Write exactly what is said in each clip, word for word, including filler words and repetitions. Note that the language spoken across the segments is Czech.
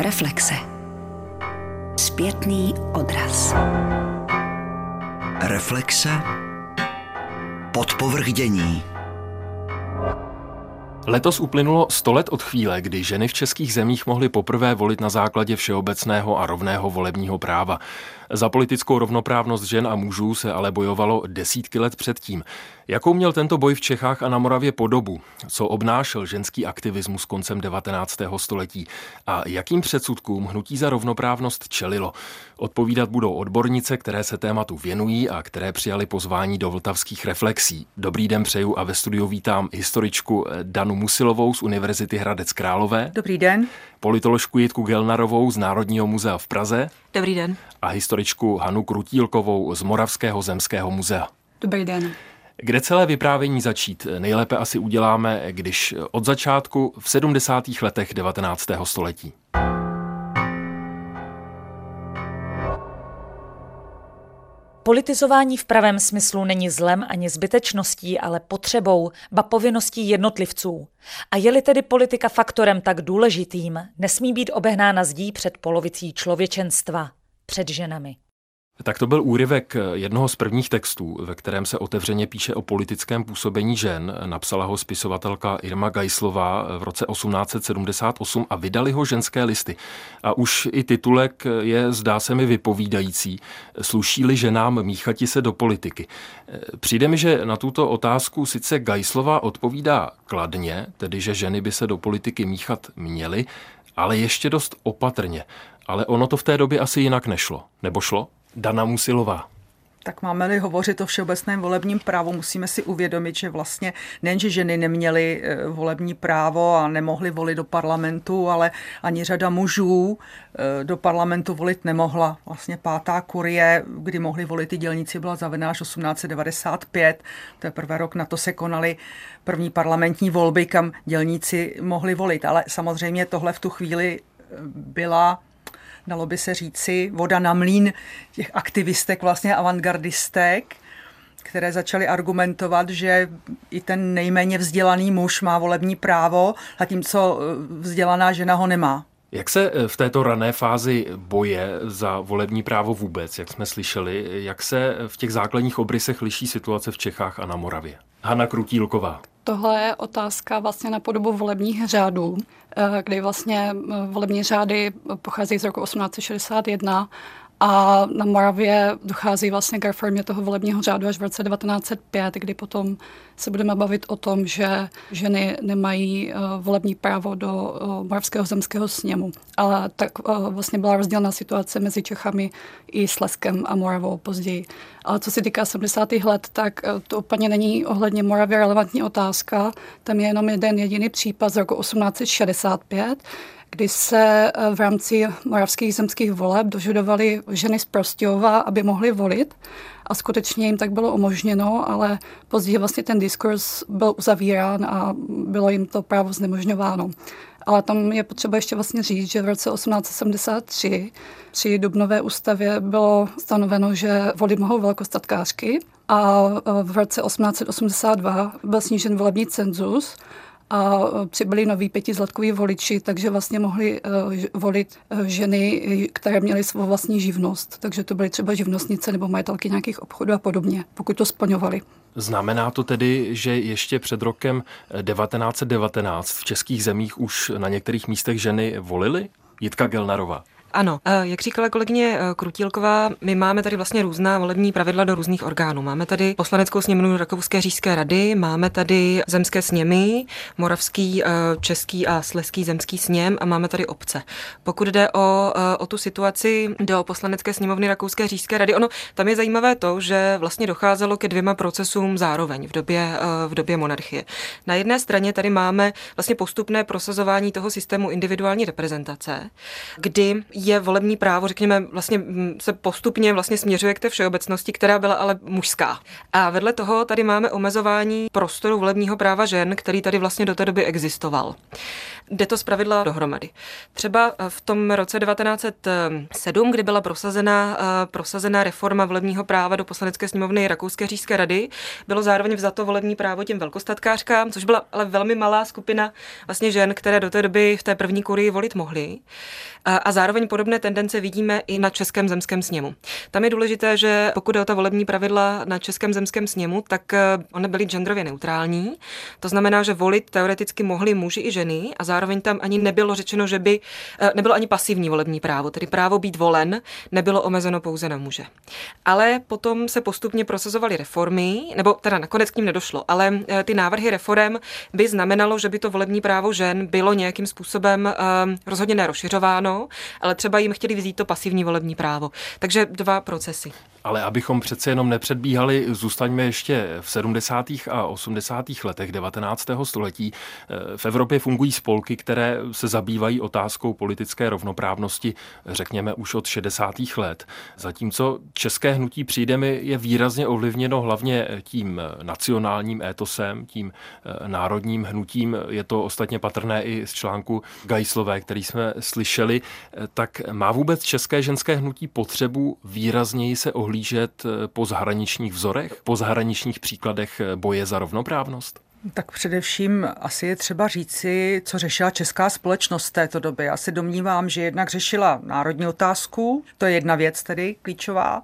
Reflexe. Zpětný odraz. Reflexe. Podpovrch dění. Letos uplynulo sto let od chvíle, kdy ženy v českých zemích mohly poprvé volit na základě všeobecného a rovného volebního práva. Za politickou rovnoprávnost žen a mužů se ale bojovalo desítky let předtím. Jakou měl tento boj v Čechách a na Moravě podobu? Co obnášel ženský aktivismus koncem devatenáctého století? A jakým předsudkům hnutí za rovnoprávnost čelilo? Odpovídat budou odbornice, které se tématu věnují a které přijali pozvání do vltavských reflexí. Dobrý den přeju a ve studiu vítám historičku Danu Musilovou z Univerzity Hradec Králové. Dobrý den. Politoložku Jitku Gelnarovou z Národního muzea v Praze. Dobrý den. A historičku Hanu Krutílkovou z Moravského zemského muzea. Dobrý den. Kde celé vyprávění začít? Nejlépe asi uděláme, když od začátku v sedmdesátých letech devatenáctého století. Politizování v pravém smyslu není zlem ani zbytečností, ale potřebou, ba povinností jednotlivců. A je-li tedy politika faktorem tak důležitým, nesmí být obehnána zdí před polovicí člověčenstva, před ženami. Tak to byl úryvek jednoho z prvních textů, ve kterém se otevřeně píše o politickém působení žen. Napsala ho spisovatelka Irma Geislová v roce osmnáct set sedmdesát osm a vydali ho Ženské listy. A už i titulek je, zdá se mi, vypovídající. Sluší-li ženám míchati se do politiky? Přijde mi, že na tuto otázku sice Geislová odpovídá kladně, tedy že ženy by se do politiky míchat měly, ale ještě dost opatrně. Ale ono to v té době asi jinak nešlo. Nebo šlo? Dana Musilová. Tak máme-li hovořit o všeobecném volebním právu, musíme si uvědomit, že vlastně nejenže ženy neměly volební právo a nemohly volit do parlamentu, ale ani řada mužů do parlamentu volit nemohla. Vlastně pátá kurie, kdy mohli volit i dělníci, byla zavedena až osmnáct set devadesát pět. Teprve rok na to se konaly první parlamentní volby, kam dělníci mohli volit. Ale samozřejmě tohle v tu chvíli byla, dalo by se říci, voda na mlýn těch aktivistek, vlastně avantgardistek, které začaly argumentovat, že i ten nejméně vzdělaný muž má volební právo, zatímco vzdělaná žena ho nemá. Jak se v této rané fázi boje za volební právo vůbec, jak jsme slyšeli, jak se v těch základních obrysech liší situace v Čechách a na Moravě? Hana Krutílková. Tohle je otázka vlastně na podobu volebních řádů, kdy vlastně volební řády pocházejí z roku osmnáct set šedesát jedna a na Moravě dochází vlastně k reformě toho volebního řádu až v roce devatenáct set pět, kdy potom se budeme bavit o tom, že ženy nemají volební právo do Moravského zemského sněmu. Ale tak vlastně byla rozdílná situace mezi Čechami i Slezskem a Moravou později. Ale co se týká sedmdesátých let, tak to úplně není ohledně Moravy relevantní otázka. Tam je jenom jeden jediný případ z roku osmnáct set šedesát pět, kdy se v rámci moravských zemských voleb dožadovaly ženy z Prostějova, aby mohly volit. A skutečně jim tak bylo umožněno, ale později vlastně ten diskurs byl uzavírán a bylo jim to právo znemožňováno. Ale tam je potřeba ještě vlastně říct, že v roce osmnáct set sedmdesát tři při Dubnové ústavě bylo stanoveno, že volit mohou velkostatkářky a v roce osmnáct set osmdesát dva byl snížen volební cenzus a přibyli noví pětizlatkoví voliči, takže vlastně mohli uh, volit uh, ženy, které měly svou vlastní živnost. Takže to byly třeba živnostnice nebo majitelky nějakých obchodů a podobně, pokud to splňovali. Znamená to tedy, že ještě před rokem devatenáct set devatenáct v českých zemích už na některých místech ženy volily? Jitka Gelnarová. Ano, jak říkala kolegyně Krutílková, my máme tady vlastně různá volební pravidla do různých orgánů. Máme tady Poslaneckou sněmovnu Rakouské říšské rady, máme tady zemské sněmy, Moravský, Český a Slezský zemský sněm a máme tady obce. Pokud jde o, o tu situaci do Poslanecké sněmovny Rakouské říšské rady, ono tam je zajímavé to, že vlastně docházelo ke dvěma procesům zároveň v době, v době monarchie. Na jedné straně tady máme vlastně postupné prosazování toho systému individuální reprezentace, kdy je volební právo, řekněme, vlastně se postupně vlastně směřuje k té všeobecnosti, která byla ale mužská. A vedle toho tady máme omezování prostoru volebního práva žen, který tady vlastně do té doby existoval. Jde to zpravidla dohromady. Třeba v tom roce devatenáct set sedm, kdy byla prosazena, prosazena reforma volebního práva do Poslanecké sněmovny Rakouské říšské rady, bylo zároveň vzato volební právo těm velkostatkářkám, což byla ale velmi malá skupina vlastně žen, které do té doby v té první kurii volit mohly. A zároveň podobné tendence vidíme i na Českém zemském sněmu. Tam je důležité, že pokud je o ta volební pravidla na Českém zemském sněmu, tak one byly genderově neutrální. To znamená, že volit teoreticky mohli muži i ženy a zároveň tam ani nebylo řečeno, že by nebylo ani pasivní volební právo, tedy právo být volen nebylo omezeno pouze na muže. Ale potom se postupně prosazovaly reformy, nebo teda nakonec k ním nedošlo, ale ty návrhy reform by znamenalo, že by to volební právo žen bylo nějakým způsobem um, rozhodně nerozšiřováno, ale třeba jim chtěli vzít to pasivní volební právo. Takže dva procesy. Ale abychom přece jenom nepředbíhali, zůstaňme ještě v sedmdesátých a osmdesátých letech devatenáctého století. V Evropě fungují spolky, které se zabývají otázkou politické rovnoprávnosti, řekněme už od šedesátých let. Zatímco české hnutí Přijde mi je výrazně ovlivněno hlavně tím nacionálním étosem, tím národním hnutím. Je to ostatně patrné i z článku Geislové, který jsme slyšeli. Tak má vůbec české ženské hnutí potřebu výrazněji se ohlížet po zahraničních vzorech, po zahraničních příkladech boje za rovnoprávnost? Tak především asi je třeba říci, co řešila česká společnost v této době. Já se domnívám, že jednak řešila národní otázku, to je jedna věc tedy klíčová,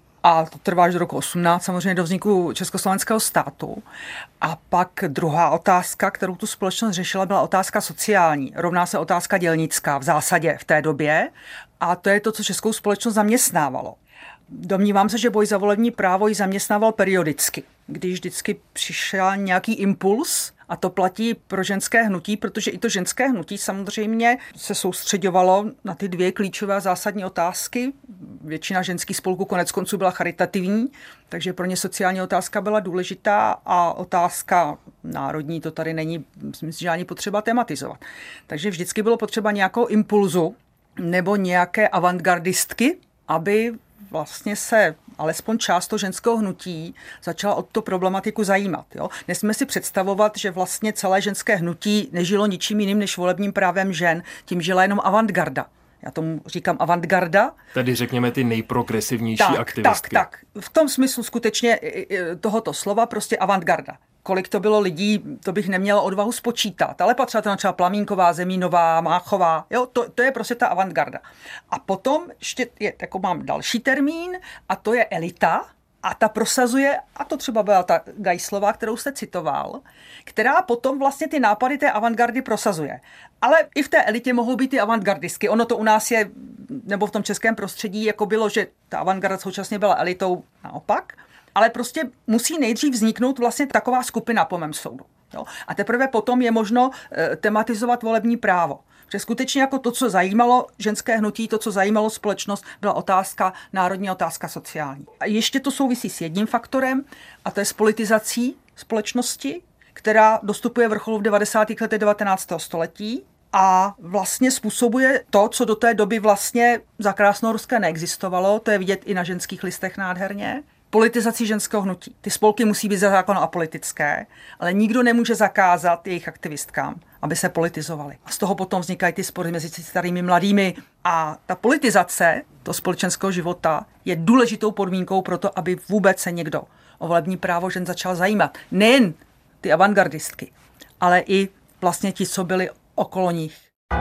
a to trvá až do roku osmnáct, samozřejmě do vzniku československého státu. A pak druhá otázka, kterou tu společnost řešila, byla otázka sociální. Rovná se otázka dělnická v zásadě v té době. A to je to, co českou společnost zaměstnávalo. Domnívám se, že boj za volební právo ji zaměstnával periodicky, když vždycky přišel nějaký impuls, a to platí pro ženské hnutí, protože i to ženské hnutí samozřejmě se soustředovalo na ty dvě klíčové a zásadní otázky. Většina ženských spolků konec konců byla charitativní, takže pro ně sociální otázka byla důležitá a otázka národní to tady není, myslím si, že ani potřeba tematizovat. Takže vždycky bylo potřeba nějakou impulzu nebo nějaké avantgardistky, aby vlastně se alespoň část toho ženského hnutí začala o tu problematiku zajímat. Jo? Nesmíme si představovat, že vlastně celé ženské hnutí nežilo ničím jiným než volebním právem žen, tím žila jenom avantgarda. Já tomu říkám avantgarda. Tedy řekněme ty nejprogresivnější tak, aktivistky. Tak, tak. V tom smyslu skutečně tohoto slova prostě avantgarda. Kolik to bylo lidí, to bych neměla odvahu spočítat, ale patřila to třeba Plamínková, Zemínová, Máchová, jo, to, to je prostě ta avantgarda. A potom ještě je, jako mám další termín a to je elita a ta prosazuje, a to třeba byla ta Geislová, kterou jste citoval, která potom vlastně ty nápady té avantgardy prosazuje. Ale i v té elitě mohou být ty avantgardistky. Ono to u nás je, nebo v tom českém prostředí, jako bylo, že ta avantgarda současně byla elitou naopak, ale prostě musí nejdřív vzniknout vlastně taková skupina po mém soudu. Jo? A teprve potom je možno e, tematizovat volební právo. Protože skutečně jako to, co zajímalo ženské hnutí, to, co zajímalo společnost, byla otázka, národní otázka sociální. A ještě to souvisí s jedním faktorem, a to je s politizací společnosti, která dostupuje vrcholu v devadesátých letech devatenáctého století a vlastně způsobuje to, co do té doby vlastně za krásnohorské neexistovalo, to je vidět i na ženských listech nádherně, politizaci ženského hnutí. Ty spolky musí být za zákon apolitické, ale nikdo nemůže zakázat jejich aktivistkám, aby se politizovaly. A z toho potom vznikají ty spory mezi starými mladými. A ta politizace toho společenského života je důležitou podmínkou pro to, aby vůbec se někdo o volební právo žen začal zajímat. Nejen ty avantgardistky, ale i vlastně ti, co byli okolo nich.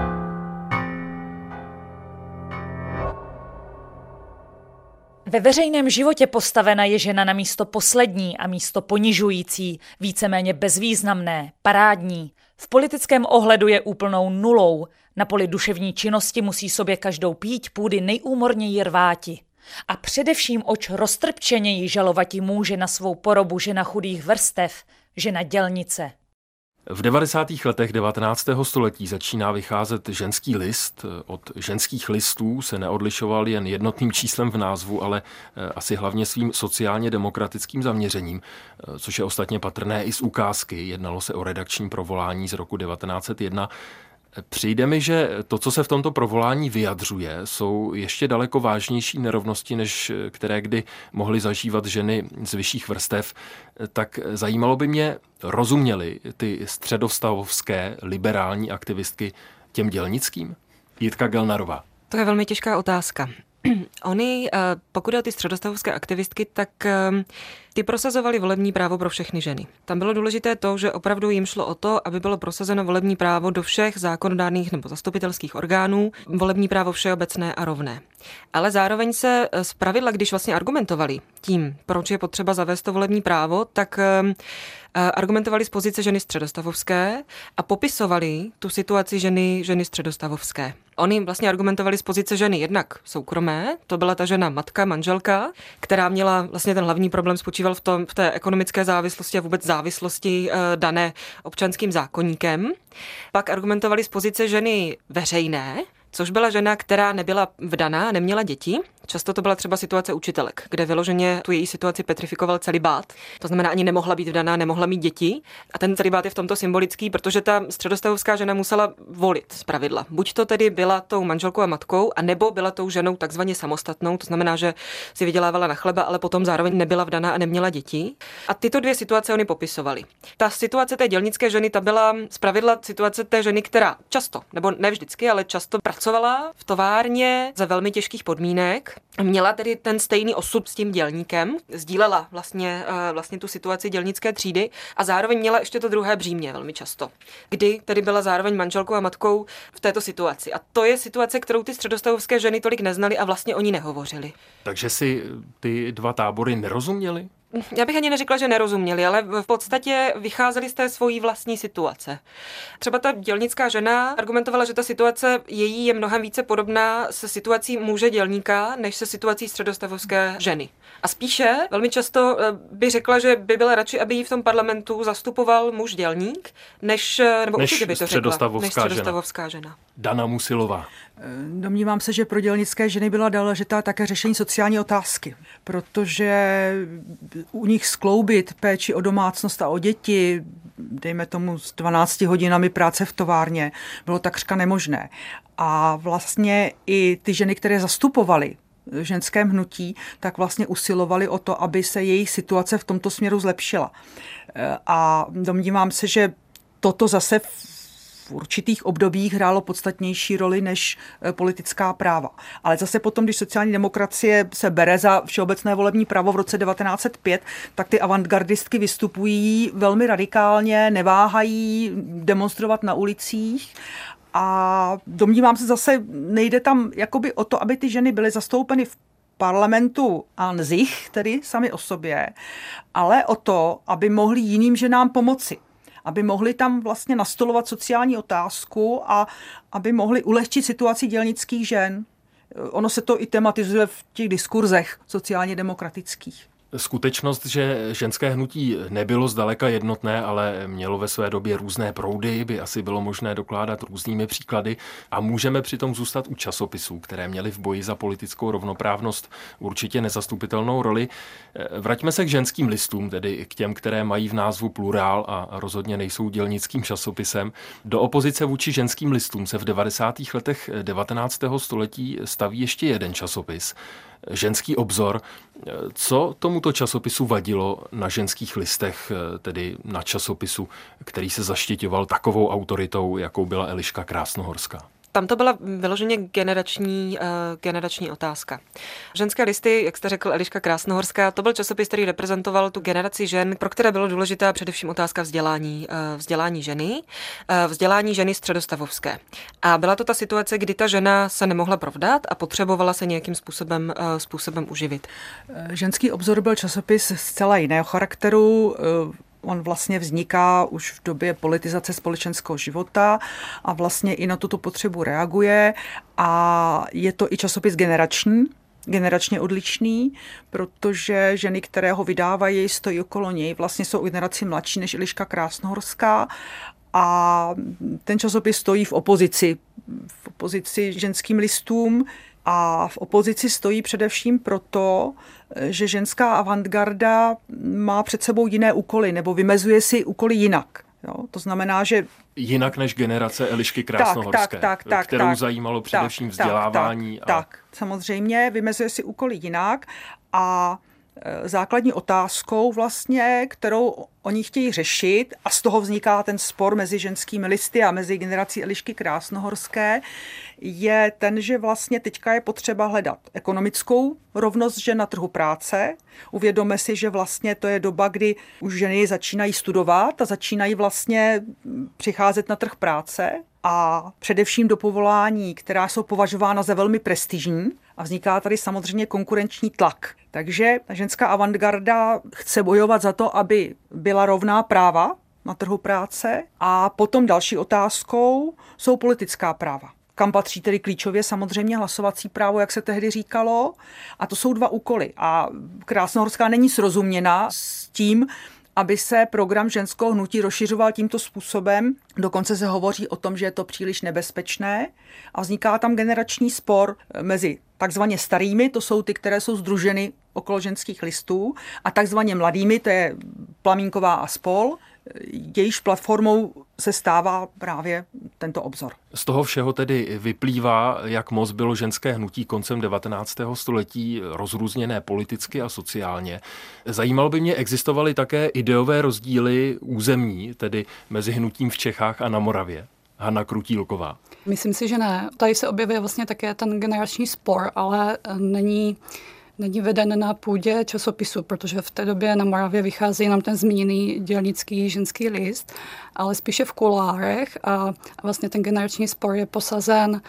Ve veřejném životě postavena je žena na místo poslední a místo ponižující, víceméně bezvýznamné, parádní. V politickém ohledu je úplnou nulou. Na poli duševní činnosti musí sobě každou píť půdy nejúmorněji rváti. A především oč roztrpčeněji žalovati může na svou porobu žena chudých vrstev, žena dělnice. V devadesátých letech devatenáctého století začíná vycházet ženský list. Od ženských listů se neodlišoval jen jednotným číslem v názvu, ale asi hlavně svým sociálně demokratickým zaměřením, což je ostatně patrné i z ukázky. Jednalo se o redakční provolání z roku devatenáct set jedna. Přijde mi, že to, co se v tomto provolání vyjadřuje, jsou ještě daleko vážnější nerovnosti, než které kdy mohly zažívat ženy z vyšších vrstev. Tak zajímalo by mě, rozuměly ty středostavovské liberální aktivistky těm dělnickým? Jitka Gelnarová. To je velmi těžká otázka. Oni, pokud jde o ty středostavovské aktivistky, tak ty prosazovali volební právo pro všechny ženy. Tam bylo důležité to, že opravdu jim šlo o to, aby bylo prosazeno volební právo do všech zákonodárných nebo zastupitelských orgánů, volební právo všeobecné a rovné. Ale zároveň se zpravidla, když vlastně argumentovali tím, proč je potřeba zavést to volební právo, tak argumentovali z pozice ženy středostavovské a popisovali tu situaci ženy, ženy středostavovské. Oni vlastně argumentovali z pozice ženy jednak soukromé, to byla ta žena matka, manželka, která měla vlastně ten hlavní problém spočíval v tom, v té ekonomické závislosti a vůbec závislosti dané občanským zákoníkem. Pak argumentovali z pozice ženy veřejné, což byla žena, která nebyla vdaná, neměla děti. Často to byla třeba situace učitelek, kde vyloženě tu její situaci petrifikoval celibát. To znamená, ani nemohla být vdaná, nemohla mít děti. A ten celibát je v tomto symbolický, protože ta středostavovská žena musela volit zpravidla. Buď to tedy byla tou manželkou a matkou, a nebo byla tou ženou takzvaně samostatnou, to znamená, že si vydělávala na chleba, ale potom zároveň nebyla vdaná a neměla děti. A tyto dvě situace oni popisovali. Ta situace té dělnické ženy, ta byla zpravidla situace té ženy, která často, nebo ne vždycky, ale často pracovala v továrně za velmi těžkých podmínek. Měla tedy ten stejný osud s tím dělníkem, sdílela vlastně, vlastně tu situaci dělnické třídy a zároveň měla ještě to druhé břímě velmi často, kdy tedy byla zároveň manželkou a matkou v této situaci. A to je situace, kterou ty středostavovské ženy tolik neznaly a vlastně o ní nehovořili. Takže si ty dva tábory nerozuměly? Já bych ani neřekla, že nerozuměli, ale v podstatě vycházeli z té svojí vlastní situace. Třeba ta dělnická žena argumentovala, že ta situace její je mnohem více podobná se situací muže dělníka, než se situací středostavovské ženy. A spíše velmi často by řekla, že by byla radši, aby jí v tom parlamentu zastupoval muž dělník, než, nebo než určitě by to středostavovská, řekla, než středostavovská žena. žena. Dana Musilová. Domnívám se, že pro dělnické ženy byla důležitá také řešení sociální otázky, protože u nich skloubit péči o domácnost a o děti, dejme tomu s dvanácti hodinami práce v továrně, bylo takřka nemožné. A vlastně i ty ženy, které zastupovaly v ženském hnutí, tak vlastně usilovali o to, aby se jejich situace v tomto směru zlepšila. A domnívám se, že toto zase v určitých obdobích hrálo podstatnější roli než politická práva. Ale zase potom, když sociální demokracie se bere za všeobecné volební právo v roce devatenáct set pět, tak ty avantgardistky vystupují velmi radikálně, neváhají demonstrovat na ulicích. A domnívám se zase, nejde tam jakoby o to, aby ty ženy byly zastoupeny v parlamentu an sich, tedy sami o sobě, ale o to, aby mohly jiným ženám pomoci. Aby mohli tam vlastně nastolovat sociální otázku a aby mohli ulehčit situaci dělnických žen. Ono se to i tematizuje v těch diskurzech sociálně demokratických. Skutečnost, že ženské hnutí nebylo zdaleka jednotné, ale mělo ve své době různé proudy, by asi bylo možné dokládat různými příklady a můžeme přitom zůstat u časopisů, které měly v boji za politickou rovnoprávnost určitě nezastupitelnou roli. Vraťme se k ženským listům, tedy k těm, které mají v názvu plurál a rozhodně nejsou dělnickým časopisem. Do opozice vůči ženským listům se v devadesátých letech devatenáctého století staví ještě jeden časopis, Ženský obzor. Co tomuto časopisu vadilo na ženských listech, tedy na časopisu, který se zaštiťoval takovou autoritou, jakou byla Eliška Krásnohorská? Tam to byla vyloženě generační, uh, generační otázka. Ženské listy, jak jste řekl, Eliška Krásnohorská, to byl časopis, který reprezentoval tu generaci žen, pro které bylo důležitá především otázka vzdělání, uh, vzdělání ženy, uh, vzdělání ženy středostavovské. A byla to ta situace, kdy ta žena se nemohla provdat a potřebovala se nějakým způsobem, uh, způsobem uživit. Ženský obzor byl časopis zcela jiného charakteru. Uh... On vlastně vzniká už v době politizace společenského života a vlastně i na tuto potřebu reaguje a je to i časopis generační, generačně odlišný, protože ženy, které ho vydávají, stojí okolo něj, vlastně jsou generaci mladší než Eliška Krásnohorská a ten časopis stojí v opozici, v opozici ženským listům. A v opozici stojí především proto, že ženská avantgarda má před sebou jiné úkoly nebo vymezuje si úkoly jinak. Jo? To znamená, že jinak než generace Elišky Krásnohorské, tak, tak, tak, kterou tak, zajímalo především tak, vzdělávání. Tak, a... tak, samozřejmě vymezuje si úkoly jinak a základní otázkou vlastně, kterou oni chtějí řešit, a z toho vzniká ten spor mezi ženskými listy a mezi generací Elišky Krásnohorské, je ten, že vlastně teďka je potřeba hledat ekonomickou rovnost žen na trhu práce. Uvědomme si, že vlastně to je doba, kdy už ženy začínají studovat a začínají vlastně přicházet na trh práce a především do povolání, která jsou považována za velmi prestižní, a vzniká tady samozřejmě konkurenční tlak. Takže ženská avantgarda chce bojovat za to, aby byla rovná práva na trhu práce, a potom další otázkou jsou politická práva. Kam patří tedy klíčově samozřejmě hlasovací právo, jak se tehdy říkalo, a to jsou dva úkoly. A Krásnohorská není srozuměna s tím, aby se program ženského hnutí rozšiřoval tímto způsobem. Dokonce se hovoří o tom, že je to příliš nebezpečné, a vzniká tam generační spor mezi takzvaně starými, to jsou ty, které jsou sdruženy okolo ženských listů, a takzvaně mladými, to je Plamínková a spol, jejíž platformou se stává právě tento obzor. Z toho všeho tedy vyplývá, jak moc bylo ženské hnutí koncem devatenáctého století rozrůzněné politicky a sociálně. Zajímalo by mě, existovaly také ideové rozdíly územní, tedy mezi hnutím v Čechách a na Moravě? Hana Krutílková. Myslím si, že ne. Tady se objevuje vlastně také ten generační spor, ale není... není veden na půdě časopisu, protože v té době na Moravě vychází jenom ten zmíněný dělnický ženský list, ale spíše v kulárech, a vlastně ten generační spor je posazen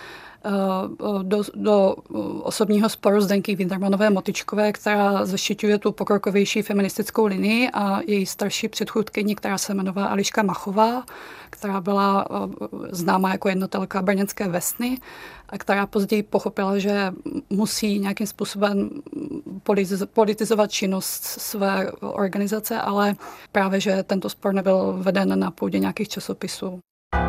do, do osobního sporu Zdenky Widermanové Motyčkové, která zaštiťuje tu pokrokovější feministickou linii, a její starší předchůdkyně, která se jmenovala Eliška Machová, která byla známá jako jednatelka brněnské Vesny a která později pochopila, že musí nějakým způsobem politizovat činnost své organizace, ale právě, že tento spor nebyl veden na půdě nějakých časopisů.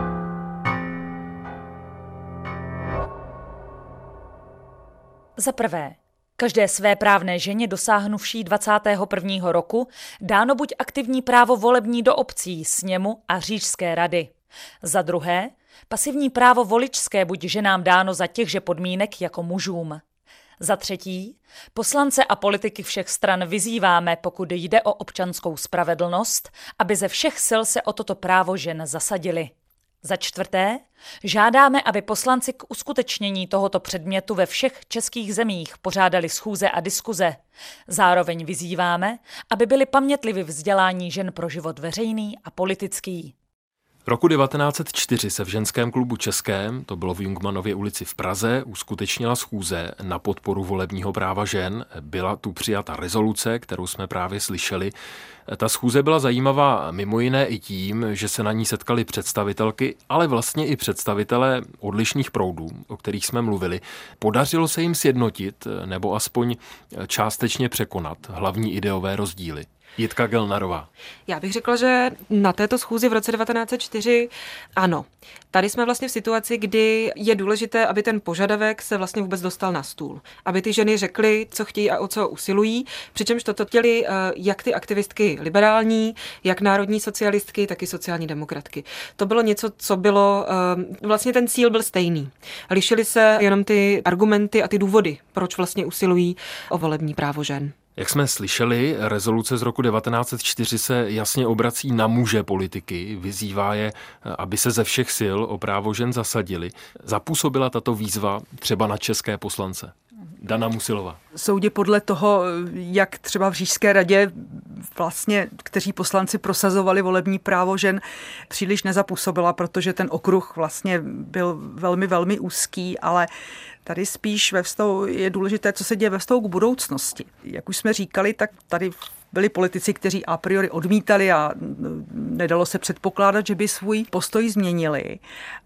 Za prvé, každé svéprávné ženě dosáhnuvší dvacátého prvního roku dáno buď aktivní právo volební do obcí, sněmu a říšské rady. Za druhé, pasivní právo voličské buď ženám dáno za těchže podmínek jako mužům. Za třetí, poslance a politiky všech stran vyzýváme, pokud jde o občanskou spravedlnost, aby ze všech sil se o toto právo žen zasadili. Za čtvrté, žádáme, aby poslanci k uskutečnění tohoto předmětu ve všech českých zemích pořádali schůze a diskuze. Zároveň vyzýváme, aby byli pamětlivi vzdělání žen pro život veřejný a politický. Roku devatenáct set čtyři se v ženském klubu Českém, to bylo v Jungmannově ulici v Praze, uskutečnila schůze na podporu volebního práva žen. Byla tu přijata rezoluce, kterou jsme právě slyšeli. Ta schůze byla zajímavá mimo jiné i tím, že se na ní setkali představitelky, ale vlastně i představitelé odlišných proudů, o kterých jsme mluvili. Podařilo se jim sjednotit nebo aspoň částečně překonat hlavní ideové rozdíly. Jitka Gelnarová. Já bych řekla, že na této schůzi v roce devatenáct set čtyři ano. Tady jsme vlastně v situaci, kdy je důležité, aby ten požadavek se vlastně vůbec dostal na stůl. Aby ty ženy řekly, co chtějí a o co usilují, přičemž toto chtěli jak ty aktivistky liberální, jak národní socialistky, tak i sociální demokratky. To bylo něco, co bylo, vlastně ten cíl byl stejný. Lišily se jenom ty argumenty a ty důvody, proč vlastně usilují o volební právo žen. Jak jsme slyšeli, rezoluce z roku devatenáct set čtyři se jasně obrací na muže politiky, vyzývá je, aby se ze všech sil o právo žen zasadili. Zapůsobila tato výzva třeba na české poslance? Dana Musilová. Soudě podle toho, jak třeba v Říšské radě vlastně, kteří poslanci prosazovali volební právo žen, příliš nezapůsobila, protože ten okruh vlastně byl velmi, velmi úzký, ale tady spíš ve vztahu je důležité, co se děje ve vztahu k budoucnosti. Jak už jsme říkali, tak tady byli politici, kteří a priori odmítali a nedalo se předpokládat, že by svůj postoj změnili.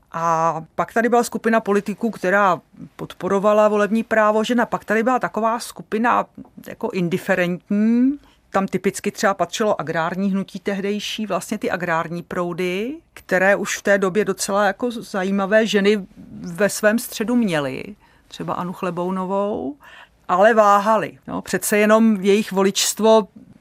A pak tady byla skupina politiků, která podporovala volební právo žen, a pak tady byla taková skupina jako indiferentní. Tam typicky třeba patřilo agrární hnutí tehdejší, vlastně ty agrární proudy, které už v té době docela jako zajímavé ženy ve svém středu měly. Třeba Anu Chlebounovou, ale váhali. No, přece jenom jejich voličstvo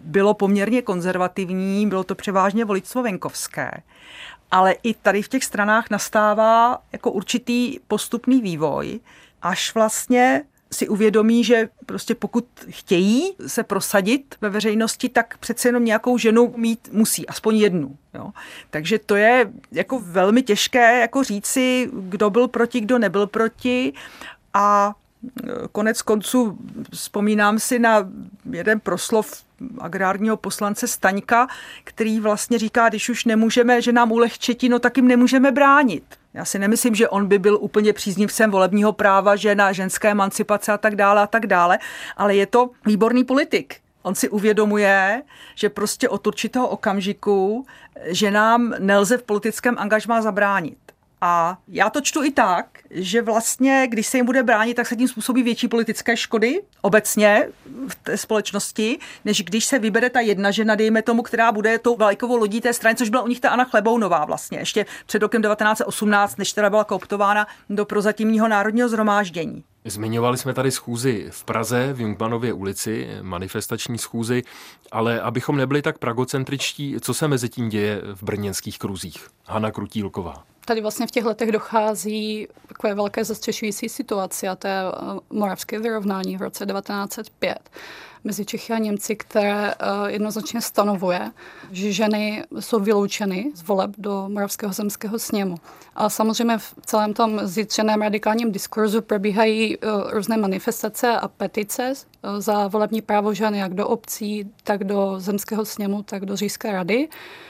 bylo poměrně konzervativní, bylo to převážně voličstvo venkovské. Ale i tady v těch stranách nastává jako určitý postupný vývoj, až vlastně si uvědomí, že prostě pokud chtějí se prosadit ve veřejnosti, tak přece jenom nějakou ženu mít musí, aspoň jednu. Jo. Takže to je jako velmi těžké jako říci, kdo byl proti, kdo nebyl proti. A konec konců vzpomínám si na jeden proslov agrárního poslance Staňka, který vlastně říká, když už nemůžeme, že nám ulehčetí, no tak jim nemůžeme bránit. Já si nemyslím, že on by byl úplně příznivcem volebního práva, žena, ženské emancipace a tak dále a tak dále, ale je to výborný politik. On si uvědomuje, že prostě od určitého okamžiku ženám nelze v politickém angažmá zabránit. A já to čtu i tak, že vlastně, když se jim bude bránit, tak se tím způsobí větší politické škody obecně v té společnosti, než když se vybere ta jedna žena, dejme tomu, která bude tou vlajkovou lodí té strany, což byla u nich ta Anna Chlebounová vlastně, ještě před rokem devatenáct set osmnáct, než teda byla kooptována do prozatímního národního shromáždění. Zmiňovali jsme tady schůzi v Praze, v Jungmannově ulici, manifestační schůzi, ale abychom nebyli tak pragocentričtí, co se mezi tím děje v brněnských kruzích? Hana Krutílková. Tady vlastně v těch letech dochází takové velké zastřešující situaci a to je moravské vyrovnání v roce devatenáct set pět mezi Čechy a Němci, které jednoznačně stanovuje, že ženy jsou vyloučeny z voleb do Moravského zemského sněmu. A samozřejmě v celém tom zjitřeném radikálním diskurzu probíhají různé manifestace a petice za volební právo žen jak do obcí, tak do zemského sněmu, tak do Říšské rady.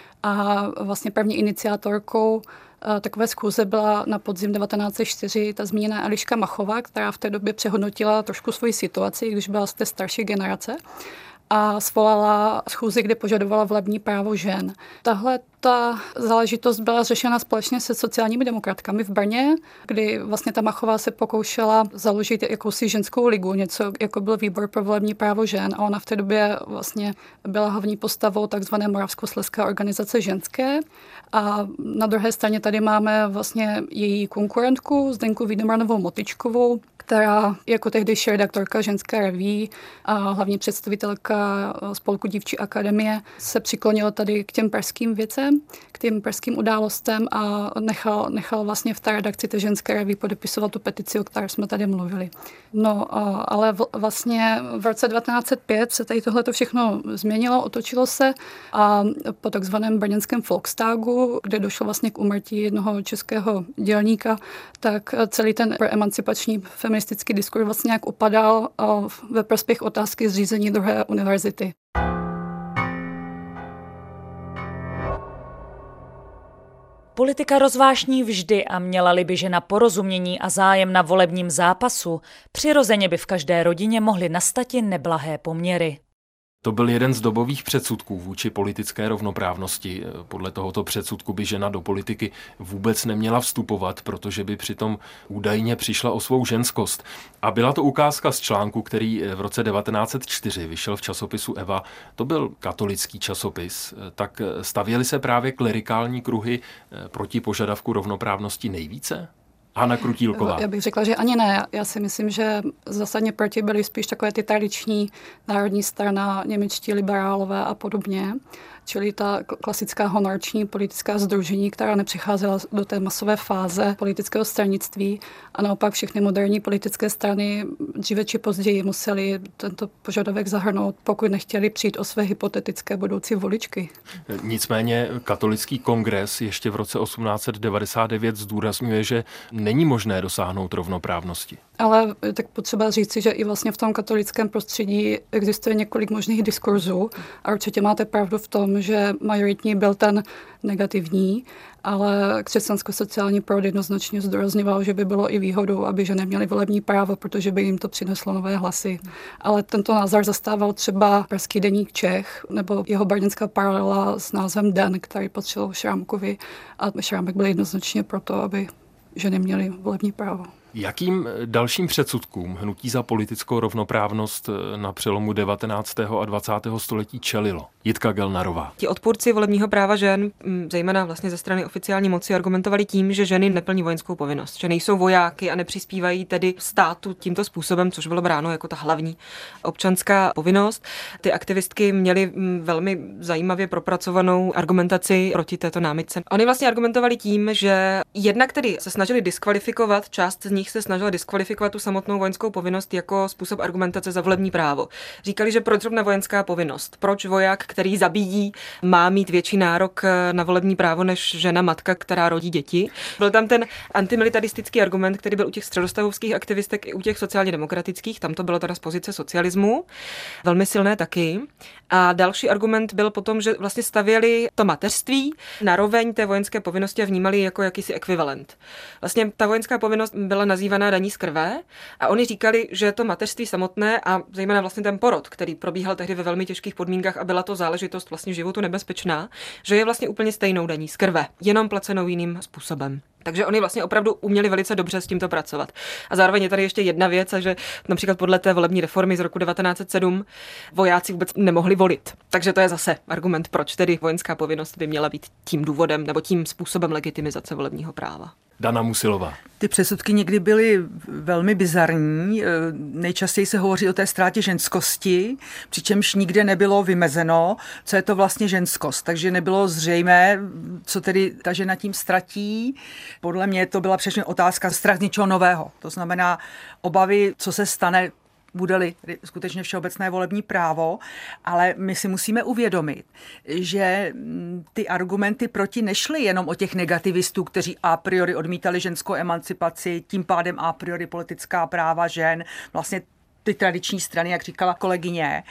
A vlastně první iniciátorkou takové schůze byla na podzim devatenáct set čtyři ta zmíněná Eliška Machová, která v té době přehodnotila trošku svoji situaci, když byla z té starší generace a svolala schůzi, kde požadovala volební právo žen. Tahle ta záležitost byla řešena společně se sociálními demokratkami v Brně, kdy vlastně ta Machová se pokoušela založit jakousi ženskou ligu, něco jako byl výbor pro volební právo žen a ona v té době vlastně byla hlavní postavou takzvané Moravskoslezské organizace ženské. A na druhé straně tady máme vlastně její konkurentku Zdenku Wiedemannovou Motyčkovou, která jako tehdejší redaktorka Ženské reví a hlavní představitelka spolku Dívčí akademie se přiklonila tady k těm pražským věcem, k těm pražským událostem a nechal, nechal vlastně v té redakci té Ženské reví podepisovat tu petici, o které jsme tady mluvili. No, ale vlastně v roce devatenáct set pět se tady tohleto všechno změnilo, otočilo se a po takzvaném brněnském Volkstagu, kde došlo vlastně k úmrtí jednoho českého dělníka, tak celý ten emancipační feministický diskurs vlastně nějak upadal ve prospěch otázky zřízení druhé univerzity. Politika rozvášní vždy a měla-li by žena porozumění a zájem na volebním zápasu, přirozeně by v každé rodině mohly nastati neblahé poměry. To byl jeden z dobových předsudků vůči politické rovnoprávnosti. Podle tohoto předsudku by žena do politiky vůbec neměla vstupovat, protože by přitom údajně přišla o svou ženskost. A byla to ukázka z článku, který v roce devatenáct set čtyři vyšel v časopisu Eva. To byl katolický časopis. Tak stavěly se právě klerikální kruhy proti požadavku rovnoprávnosti nejvíce? Hana Krutílková. Já bych řekla, že ani ne. Já si myslím, že zásadně proti byly spíš takové ty tradiční národní strana, němečtí liberálové a podobně. Čili ta klasická honorační politická sdružení, která nepřicházela do té masové fáze politického stranictví a naopak všechny moderní politické strany dříve či později museli tento požadavek zahrnout, pokud nechtěli přijít o své hypotetické budoucí voličky. Nicméně katolický kongres ještě v roce osmnáct set devadesát devět zdůrazňuje, že není možné dosáhnout rovnoprávnosti. Ale tak potřeba říci, že i vlastně v tom katolickém prostředí existuje několik možných diskurzů a určitě máte pravdu v tom, že majoritní byl ten negativní, ale křesťansko-sociální proud jednoznačně zdůrazňoval, že by bylo i výhodou, aby ženy měly volební právo, protože by jim to přineslo nové hlasy. Ale tento názor zastával třeba pražský deník Čech nebo jeho brněnská paralela s názvem Den, který patřil Šrámkovi a Šrámek byl jednoznačně proto, aby ženy měly volební právo. Jakým dalším předsudkům hnutí za politickou rovnoprávnost na přelomu devatenáctého a dvacátého století čelilo? Jitka Gelnarová. Ti odpůrci volebního práva žen, zejména vlastně ze strany oficiální moci, argumentovali tím, že ženy neplní vojenskou povinnost, že nejsou vojáky a nepřispívají tedy státu tímto způsobem, což bylo bráno jako ta hlavní občanská povinnost. Ty aktivistky měly velmi zajímavě propracovanou argumentaci proti této námitce. Oni vlastně argumentovali tím, že jednak tedy se snažili diskvalifikovat, část z nich se snažila diskvalifikovat tu samotnou vojenskou povinnost jako způsob argumentace za volební právo. Říkali, že proč zrovna vojenská povinnost, proč voják, který zabíjí, má mít větší nárok na volební právo než žena matka, která rodí děti. Byl tam ten antimilitaristický argument, který byl u těch středostavovských aktivistek i u těch sociálně demokratických, tam to bylo teda z pozice socialismu, velmi silné taky. A další argument byl potom, že vlastně stavěli to mateřství na roveň té vojenské povinnosti a vnímali jako jakýsi ekvivalent. Vlastně ta vojenská povinnost byla nazývaná daní z krve a oni říkali, že to mateřství samotné a zejména vlastně ten porod, který probíhal tehdy ve velmi těžkých podmínkách a byla to záležitost vlastně životu nebezpečná, že je vlastně úplně stejnou daní z krve, jenom placenou jiným způsobem. Takže oni vlastně opravdu uměli velice dobře s tímto pracovat. A zároveň je tady ještě jedna věc, že například podle té volební reformy z roku devatenáct set sedm vojáci vůbec nemohli volit. Takže to je zase argument, proč tedy vojenská povinnost by měla být tím důvodem nebo tím způsobem legitimizace volebního práva. Dana Musilová. Ty předsudky někdy byly velmi bizarní. Nejčastěji se hovoří o té ztrátě ženskosti, přičemž nikde nebylo vymezeno, co je to vlastně ženskost. Takže nebylo zřejmé, co tedy ta žena tím ztratí. Podle mě to byla přesně otázka strach z něčeho nového. To znamená obavy, co se stane, bude-li skutečně všeobecné volební právo, ale my si musíme uvědomit, že ty argumenty proti nešly jenom o těch negativistů, kteří a priori odmítali ženskou emancipaci, tím pádem a priori politická práva žen, vlastně ty tradiční strany, jak říkala kolegyně,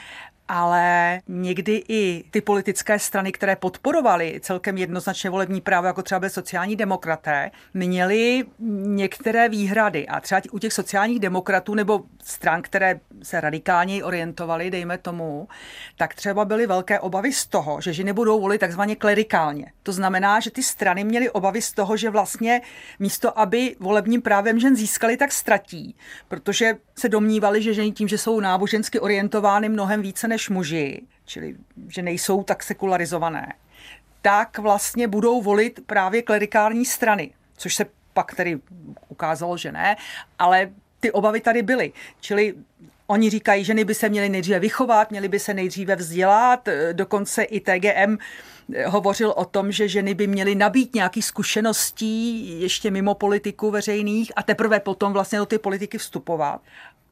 ale někdy i ty politické strany, které podporovaly celkem jednoznačně volební právo, jako třeba byly sociální demokraté, měly některé výhrady. A třeba u těch sociálních demokratů nebo stran, které se radikálněji orientovaly, dejme tomu, tak třeba byly velké obavy z toho, že ženy budou volit takzvaně klerikálně. To znamená, že ty strany měly obavy z toho, že vlastně místo, aby volebním právem žen získali, tak ztratí, protože se domnívali, že ženy tím, že jsou nábožensky orientovány mnohem více než muži, čili že nejsou tak sekularizované, tak vlastně budou volit právě klerikální strany, což se pak tedy ukázalo, že ne, ale ty obavy tady byly. Čili oni říkají, že ženy by se měly nejdříve vychovat, měly by se nejdříve vzdělat, dokonce i T G M hovořil o tom, že ženy by měly nabít nějakých zkušeností ještě mimo politiku veřejných a teprve potom vlastně do ty politiky vstupovat.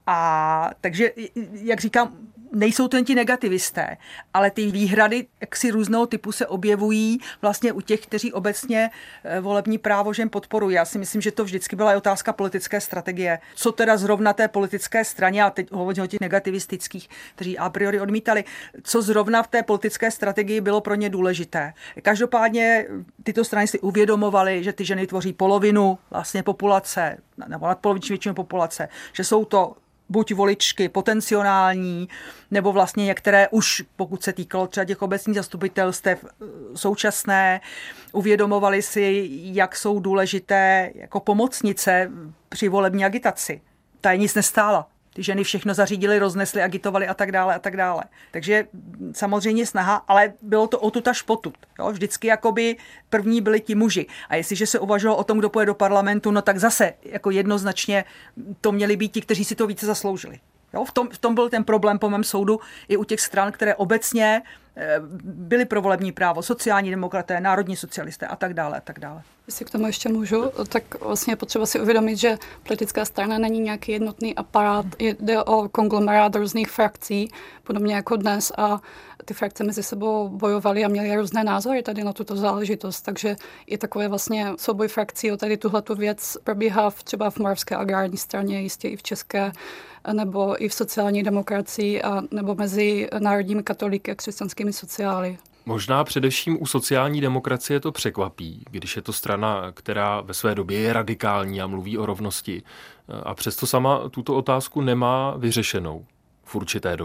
A takže, jak říkám, nejsou to jen ti negativisté, ale ty výhrady jaksi různého typu se objevují vlastně u těch, kteří obecně volební právo žen podporují. Já si myslím, že to vždycky byla otázka politické strategie. Co teda zrovna té politické straně, a teď hovořím o těch negativistických, kteří a priori odmítali, co zrovna v té politické strategii bylo pro ně důležité. Každopádně tyto strany si uvědomovaly, že ty ženy tvoří polovinu vlastně populace, nebo nadpoloviční většinu populace, že jsou to buď voličky potenciální, nebo vlastně některé už, pokud se týkalo třeba těch obecních zastupitelstev současné, uvědomovali si, jak jsou důležité jako pomocnice při volební agitaci. Ta je nic nestála. Ty ženy všechno zařídily, roznesly, agitovali a tak dále a tak dále. Takže samozřejmě snaha, ale bylo to odtud až potud. Jo? Vždycky jakoby první byli ti muži. A jestliže se uvažovalo o tom, kdo půjde do parlamentu, no tak zase jako jednoznačně to měli být ti, kteří si to více zasloužili. Jo? V tom, v tom byl ten problém po mém soudu i u těch stran, které obecně byly pro volební právo, sociální demokraté, národní socialisté a tak dále a tak dále. Jestli k tomu ještě můžu, tak vlastně je potřeba si uvědomit, že politická strana není nějaký jednotný aparát, jde o konglomerát různých frakcí, podobně jako dnes, a ty frakce mezi sebou bojovaly a měly různé názory tady na tuto záležitost, takže i takové vlastně souboj frakcí o tady tuhletu věc probíhá v, třeba v Moravské agrární straně, jistě i v České, nebo i v sociální demokracii, a nebo mezi národními katolíky a křesťanskými sociály. Možná především u sociální demokracie to překvapí, když je to strana, která ve své době je radikální a mluví o rovnosti a přesto sama tuto otázku nemá vyřešenou v určité době.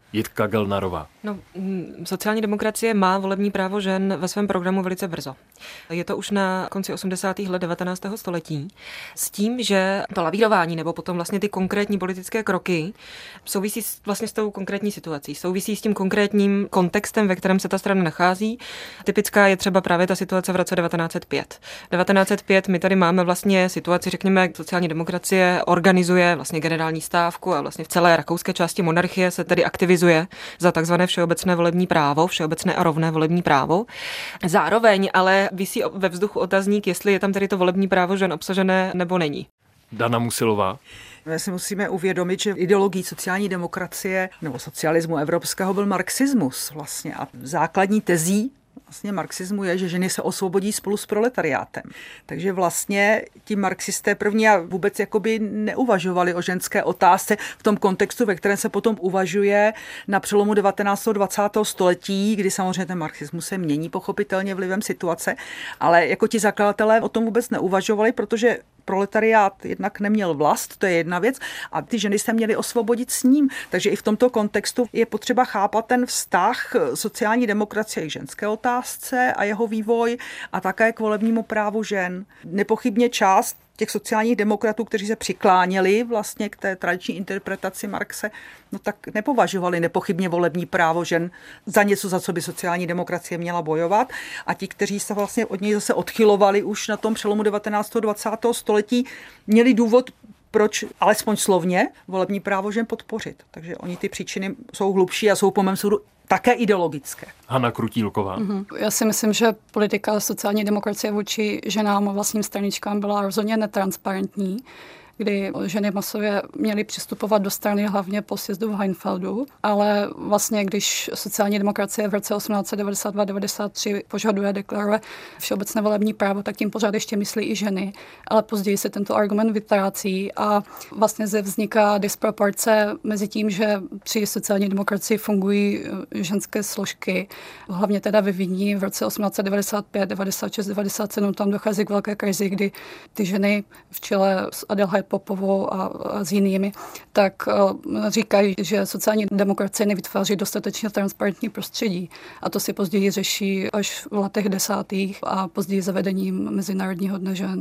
Jitka Gelnarová. No, sociální demokracie má volební právo žen ve svém programu velice brzo. Je to už na konci osmdesátých let devatenáctého století s tím, že to lavírování nebo potom vlastně ty konkrétní politické kroky souvisí vlastně s tou konkrétní situací, souvisí s tím konkrétním kontextem, ve kterém se ta strana nachází. Typická je třeba právě ta situace v roce devatenáct set pět. devatenáct set pět my tady máme vlastně situaci, řekněme, sociální demokracie organizuje vlastně generální stávku a vlastně v celé rakouské části monarchie se tedy aktivizuje za takzvané všeobecné volební právo, všeobecné a rovné volební právo. Zároveň ale visí ve vzduchu otazník, jestli je tam tedy to volební právo žen obsažené nebo není. Dana Musilová. My si musíme uvědomit, že ideologií sociální demokracie nebo socialismu evropského byl marxismus vlastně a základní tezí vlastně marxismu je, že ženy se osvobodí spolu s proletariátem. Takže vlastně ti marxisté první a vůbec jakoby neuvažovali o ženské otázce v tom kontextu, ve kterém se potom uvažuje na přelomu devatenáctého a dvacátého století, kdy samozřejmě ten marxismus se mění pochopitelně vlivem situace, ale jako ti zakladatelé o tom vůbec neuvažovali, protože proletariát jednak neměl vlast, to je jedna věc, a ty ženy se měly osvobodit s ním. Takže i v tomto kontextu je potřeba chápat ten vztah sociální demokracie k ženské otázce a jeho vývoj a také k volebnímu právu žen. Nepochybně část těch sociálních demokratů, kteří se přikláněli vlastně k té tradiční interpretaci Marxe, no tak nepovažovali nepochybně volební právo žen za něco, za co by sociální demokracie měla bojovat. A ti, kteří se vlastně od něj zase odchylovali už na tom přelomu devatenáctého a dvacátého století, měli důvod, proč alespoň slovně volební právo žen podpořit. Takže oni ty příčiny jsou hlubší a jsou po mém soudu také ideologické. Hana Krutílková. Mm-hmm. Já si myslím, že politika sociální demokracie vůči ženám a vlastním straničkám byla rozhodně netransparentní, kdy ženy masově měly přistupovat do strany hlavně po sjezdu v Heinfeldu, ale vlastně když sociální demokracie v roce osmnáct set devadesát dva devadesát tři požaduje, deklaruje všeobecné volební právo, tak tím pořád ještě myslí i ženy, ale později se tento argument vytrácí a vlastně zde vzniká disproporce mezi tím, že při sociální demokracii fungují ženské složky, hlavně teda ve Vídni v roce osmnáct set devadesát pět devadesát šest devadesát sedm tam dochází k velké krizi, kdy ty ženy v čele s Adelheid Popovou a, a s jinými, tak uh, říkají, že sociální demokracie nevytváří dostatečně transparentní prostředí. A to si později řeší až v letech desátých a později zavedením Mezinárodního dne žen.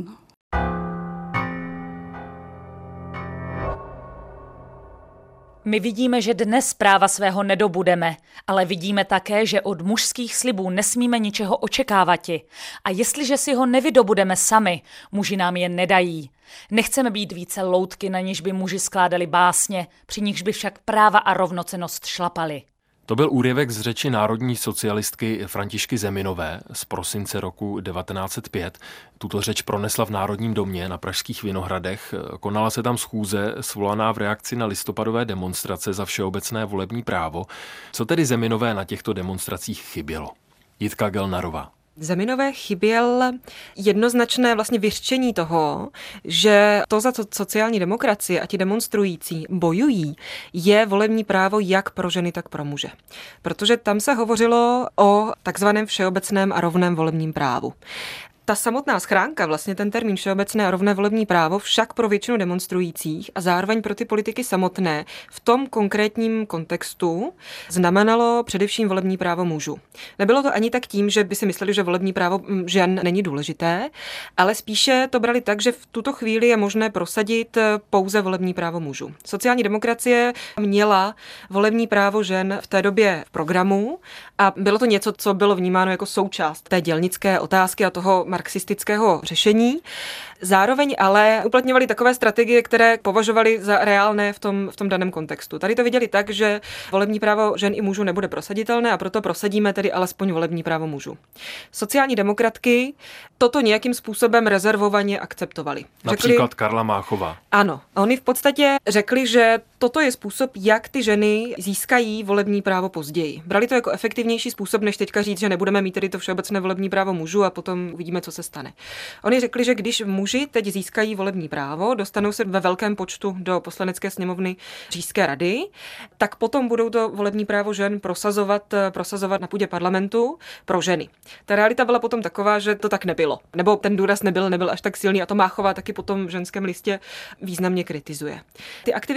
My vidíme, že dnes práva svého nedobudeme, ale vidíme také, že od mužských slibů nesmíme ničeho očekávati. A jestliže si ho nevydobudeme sami, muži nám je nedají. Nechceme být více loutky, na níž by muži skládali básně, při nichž by však práva a rovnocennost šlapali. To byl úryvek z řeči národní socialistky Františky Zeminové z prosince roku devatenáct set pět. Tuto řeč pronesla v Národním domě na Pražských Vinohradech. Konala se tam schůze svolaná v reakci na listopadové demonstrace za všeobecné volební právo. Co tedy Zeminové na těchto demonstracích chybělo? Jitka Gelnarová. Zeminové chyběl jednoznačné vlastně vyřčení toho, že to, za co sociální demokracie a ti demonstrující bojují, je volební právo jak pro ženy, tak pro muže. Protože tam se hovořilo o takzvaném všeobecném a rovném volebním právu. Ta samotná schránka, vlastně ten termín všeobecné a rovné volební právo, však pro většinu demonstrujících a zároveň pro ty politiky samotné v tom konkrétním kontextu znamenalo především volební právo mužů. Nebylo to ani tak tím, že by si mysleli, že volební právo žen není důležité, ale spíše to brali tak, že v tuto chvíli je možné prosadit pouze volební právo mužů. Sociální demokracie měla volební právo žen v té době v programu a bylo to něco, co bylo vnímáno jako součást té dělnické otázky a toho marxistického řešení. Zároveň ale uplatňovali takové strategie, které považovali za reálné v tom, v tom daném kontextu. Tady to viděli tak, že volební právo žen i mužů nebude prosaditelné a proto prosadíme tedy alespoň volební právo mužů. Sociální demokratky toto nějakým způsobem rezervovaně akceptovali. Například řekli, Karla Máchová. Ano, oni v podstatě řekli, že toto je způsob, jak ty ženy získají volební právo později. Brali to jako efektivnější způsob, než teďka říct, že nebudeme mít tedy to všeobecné volební právo mužů a potom uvidíme, co se stane. Oni řekli, že když muži teď získají volební právo, dostanou se ve velkém počtu do Poslanecké sněmovny Říšské rady, tak potom budou to volební právo žen prosazovat, prosazovat na půdě parlamentu pro ženy. Ta realita byla potom taková, že to tak nebylo. Nebo ten důraz nebyl, nebyl až tak silný a to Máchová taky potom v ženském listě významně kritizuje. Ty aktivistky jako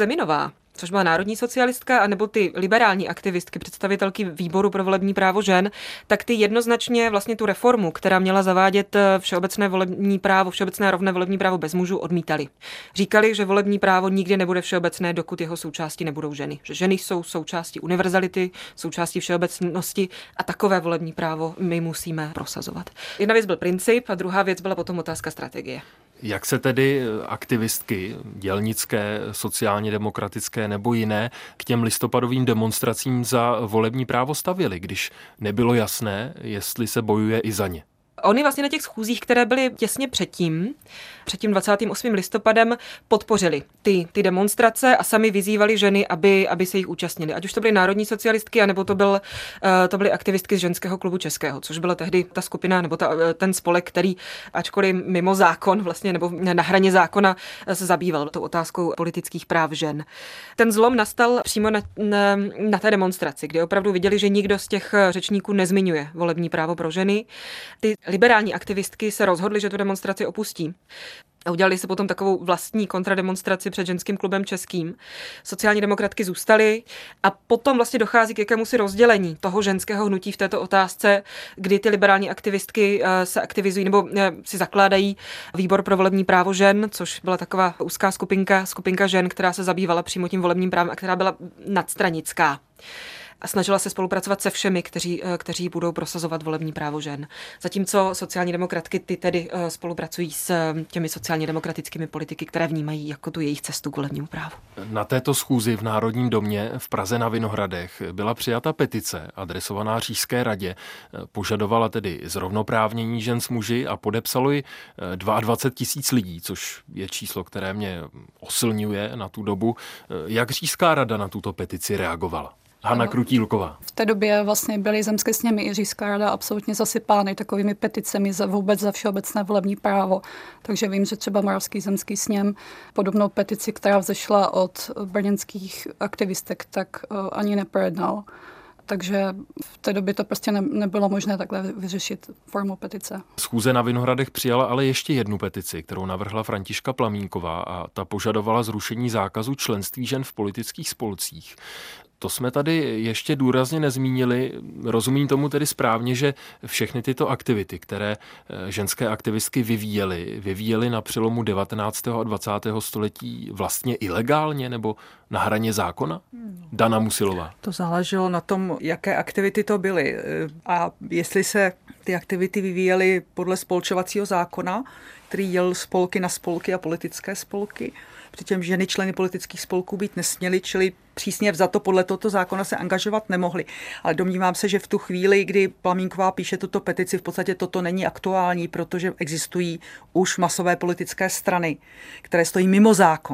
Seminová, což byla národní socialistka, anebo ty liberální aktivistky, představitelky výboru pro volební právo žen, tak ty jednoznačně vlastně tu reformu, která měla zavádět všeobecné volební právo, všeobecné rovné volební právo bez mužů, odmítali. Říkali, že volební právo nikdy nebude všeobecné, dokud jeho součástí nebudou ženy. Že ženy jsou součástí univerzality, součástí všeobecnosti a takové volební právo my musíme prosazovat. Jedna věc byl princip a druhá věc byla potom otázka strategie. Jak se tedy aktivistky dělnické, sociálně demokratické nebo jiné k těm listopadovým demonstracím za volební právo stavěly, když nebylo jasné, jestli se bojuje i za ně? Oni vlastně na těch schůzích, které byly těsně předtím, před tím dvacátým osmým listopadem, podpořili ty, ty demonstrace a sami vyzývali ženy, aby, aby se jich účastnili. Ať už to byly národní socialistky, anebo to, byl, to byly aktivistky z ženského klubu českého, což byla tehdy ta skupina, nebo ta, ten spolek, který ačkoliv mimo zákon, vlastně, nebo na hraně zákona se zabýval tou otázkou politických práv žen. Ten zlom nastal přímo na, na, na té demonstraci, kde opravdu viděli, že nikdo z těch řečníků nezmiňuje volební právo pro ženy. Ty liberální aktivistky se rozhodly, že tu demonstraci opustí. A udělali se potom takovou vlastní kontrademonstraci před ženským klubem českým. Sociální demokratky zůstaly a potom vlastně dochází k jakémusi rozdělení toho ženského hnutí v této otázce, kdy ty liberální aktivistky se aktivizují nebo si zakládají výbor pro volební právo žen, což byla taková úzká skupinka, skupinka žen, která se zabývala přímo tím volebním právem a která byla nadstranická. A snažila se spolupracovat se všemi, kteří, kteří budou prosazovat volební právo žen. Zatímco sociální demokratky ty tedy spolupracují s těmi sociálně demokratickými politiky, které vnímají jako tu jejich cestu k volebnímu právu. Na této schůzi v Národním domě v Praze na Vinohradech byla přijata petice adresovaná Říšské radě. Požadovala tedy zrovnoprávnění žen s muži a podepsalo ji dvacet dva tisíc lidí, což je číslo, které mě osilňuje na tu dobu. Jak Říšská rada na tuto petici reagovala? Hana Krutílková. V té době vlastně byly zemské sněmy i Říšská rada absolutně zasypány takovými peticemi za vůbec za všeobecné volební právo. Takže vím, že třeba Moravský zemský sněm podobnou petici, která vzešla od brněnských aktivistek, tak ani neprojednal. Takže v té době to prostě ne, nebylo možné takhle vyřešit formou petice. Schůze na Vinohradech přijala ale ještě jednu petici, kterou navrhla Františka Plamínková a ta požadovala zrušení zákazu členství žen v politických spolcích. To jsme tady ještě důrazně nezmínili. Rozumím tomu tedy správně, že všechny tyto aktivity, které ženské aktivistky vyvíjely, vyvíjely na přelomu devatenáctého a dvacátého století vlastně ilegálně nebo na hraně zákona? Dana Musilová. To záleželo na tom, jaké aktivity to byly a jestli se ty aktivity vyvíjely podle spolčovacího zákona, který dělil spolky na spolky a politické spolky. Přičemž ženy členy politických spolků být nesměly, čili přísně vzato podle tohoto zákona se angažovat nemohly. Ale domnívám se, že v tu chvíli, kdy Plamínková píše tuto petici, v podstatě toto není aktuální, protože existují už masové politické strany, které stojí mimo zákon.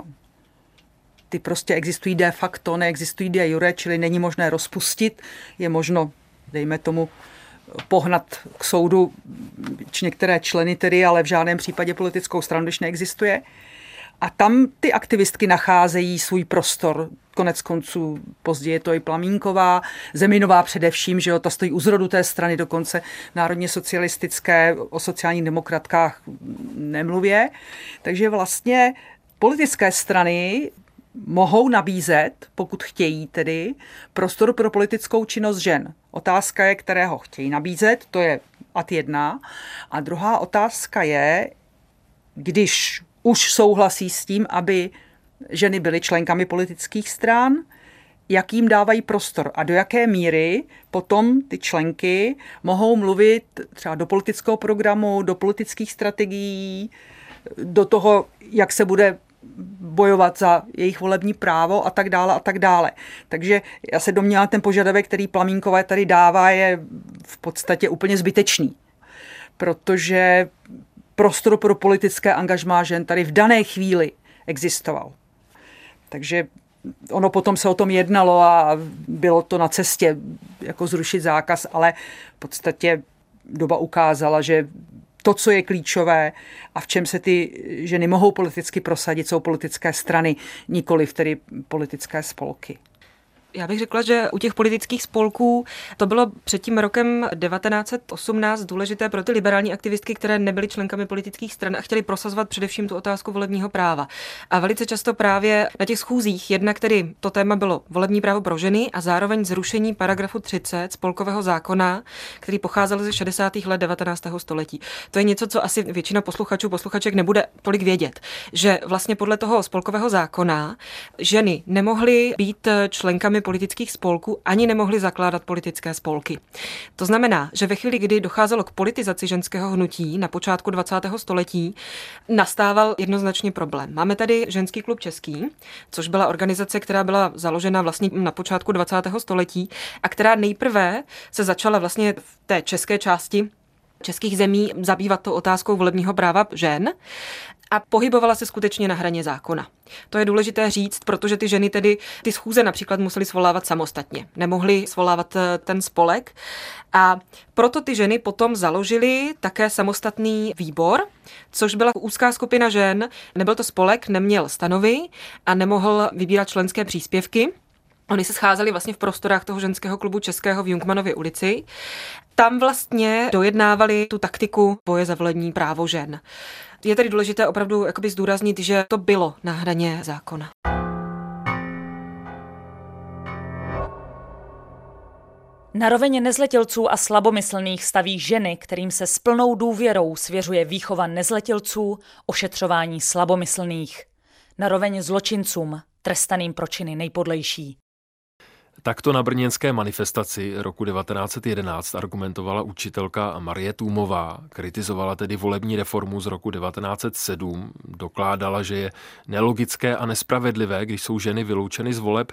Ty prostě existují de facto, neexistují de jure, čili není možné rozpustit, je možno, dejme tomu, pohnat k soudu či některé členy tedy, ale v žádném případě politickou stranu, když neexistuje. A tam ty aktivistky nacházejí svůj prostor. Konec konců později je to i Plamínková, Zeminová především, že jo, ta stojí u zrodu té strany, dokonce národně socialistické, o sociálních demokratkách nemluvě. Takže vlastně politické strany mohou nabízet, pokud chtějí tedy, prostor pro politickou činnost žen. Otázka je, kterého chtějí nabízet, to je ad jedna. A druhá otázka je, když už souhlasí s tím, aby ženy byly členkami politických stran, jak jim dávají prostor a do jaké míry potom ty členky mohou mluvit třeba do politického programu, do politických strategií, do toho, jak se bude bojovat za jejich volební právo a tak dále a tak dále. Takže já se domnívám, ten požadavek, který Plamínková tady dává, je v podstatě úplně zbytečný, protože prostor pro politické angažmá žen tady v dané chvíli existoval. Takže ono potom se o tom jednalo a bylo to na cestě jako zrušit zákaz, ale v podstatě doba ukázala, že to, co je klíčové a v čem se ty ženy mohou politicky prosadit, jsou politické strany, nikoliv tedy politické spolky. Já bych řekla, že u těch politických spolků to bylo před tím rokem devatenáct set osmnáct důležité pro ty liberální aktivistky, které nebyly členkami politických stran a chtěli prosazovat především tu otázku volebního práva. A velice často právě na těch schůzích, jednak tedy to téma bylo volební právo pro ženy a zároveň zrušení paragrafu třicet spolkového zákona, který pocházel ze šedesátých let devatenáctého století. To je něco, co asi většina posluchačů, posluchaček nebude tolik vědět, že vlastně podle toho spolkového zákona ženy nemohly být členkami politických spolků ani nemohly zakládat politické spolky. To znamená, že ve chvíli, kdy docházelo k politizaci ženského hnutí na počátku dvacátého století, nastával jednoznačně problém. Máme tady Ženský klub český, což byla organizace, která byla založena vlastně na počátku dvacátého století a která nejprve se začala vlastně v té české části českých zemí zabývat tou otázkou volebního práva žen a pohybovala se skutečně na hraně zákona. To je důležité říct, protože ty ženy tedy ty schůze například musely svolávat samostatně. Nemohly svolávat ten spolek a proto ty ženy potom založily také samostatný výbor, což byla úzká skupina žen. Nebyl to spolek, neměl stanovy a nemohl vybírat členské příspěvky. Oni se scházeli vlastně v prostorách toho Ženského klubu českého v Jungmannově ulici. Tam vlastně dojednávali tu taktiku boje za volební právo žen. Je tedy důležité opravdu jakoby zdůraznit, že to bylo na hraně zákona. Na roveně nezletilců a slabomyslných staví ženy, kterým se s plnou důvěrou svěřuje výchova nezletilců, ošetřování slabomyslných. Na roveň zločincům, trestaným pro činy nejpodlejší. Takto na brněnské manifestaci roku devatenáct set jedenáct argumentovala učitelka Marie Tůmová, kritizovala tedy volební reformu z roku devatenáct set sedm, dokládala, že je nelogické a nespravedlivé, když jsou ženy vyloučeny z voleb.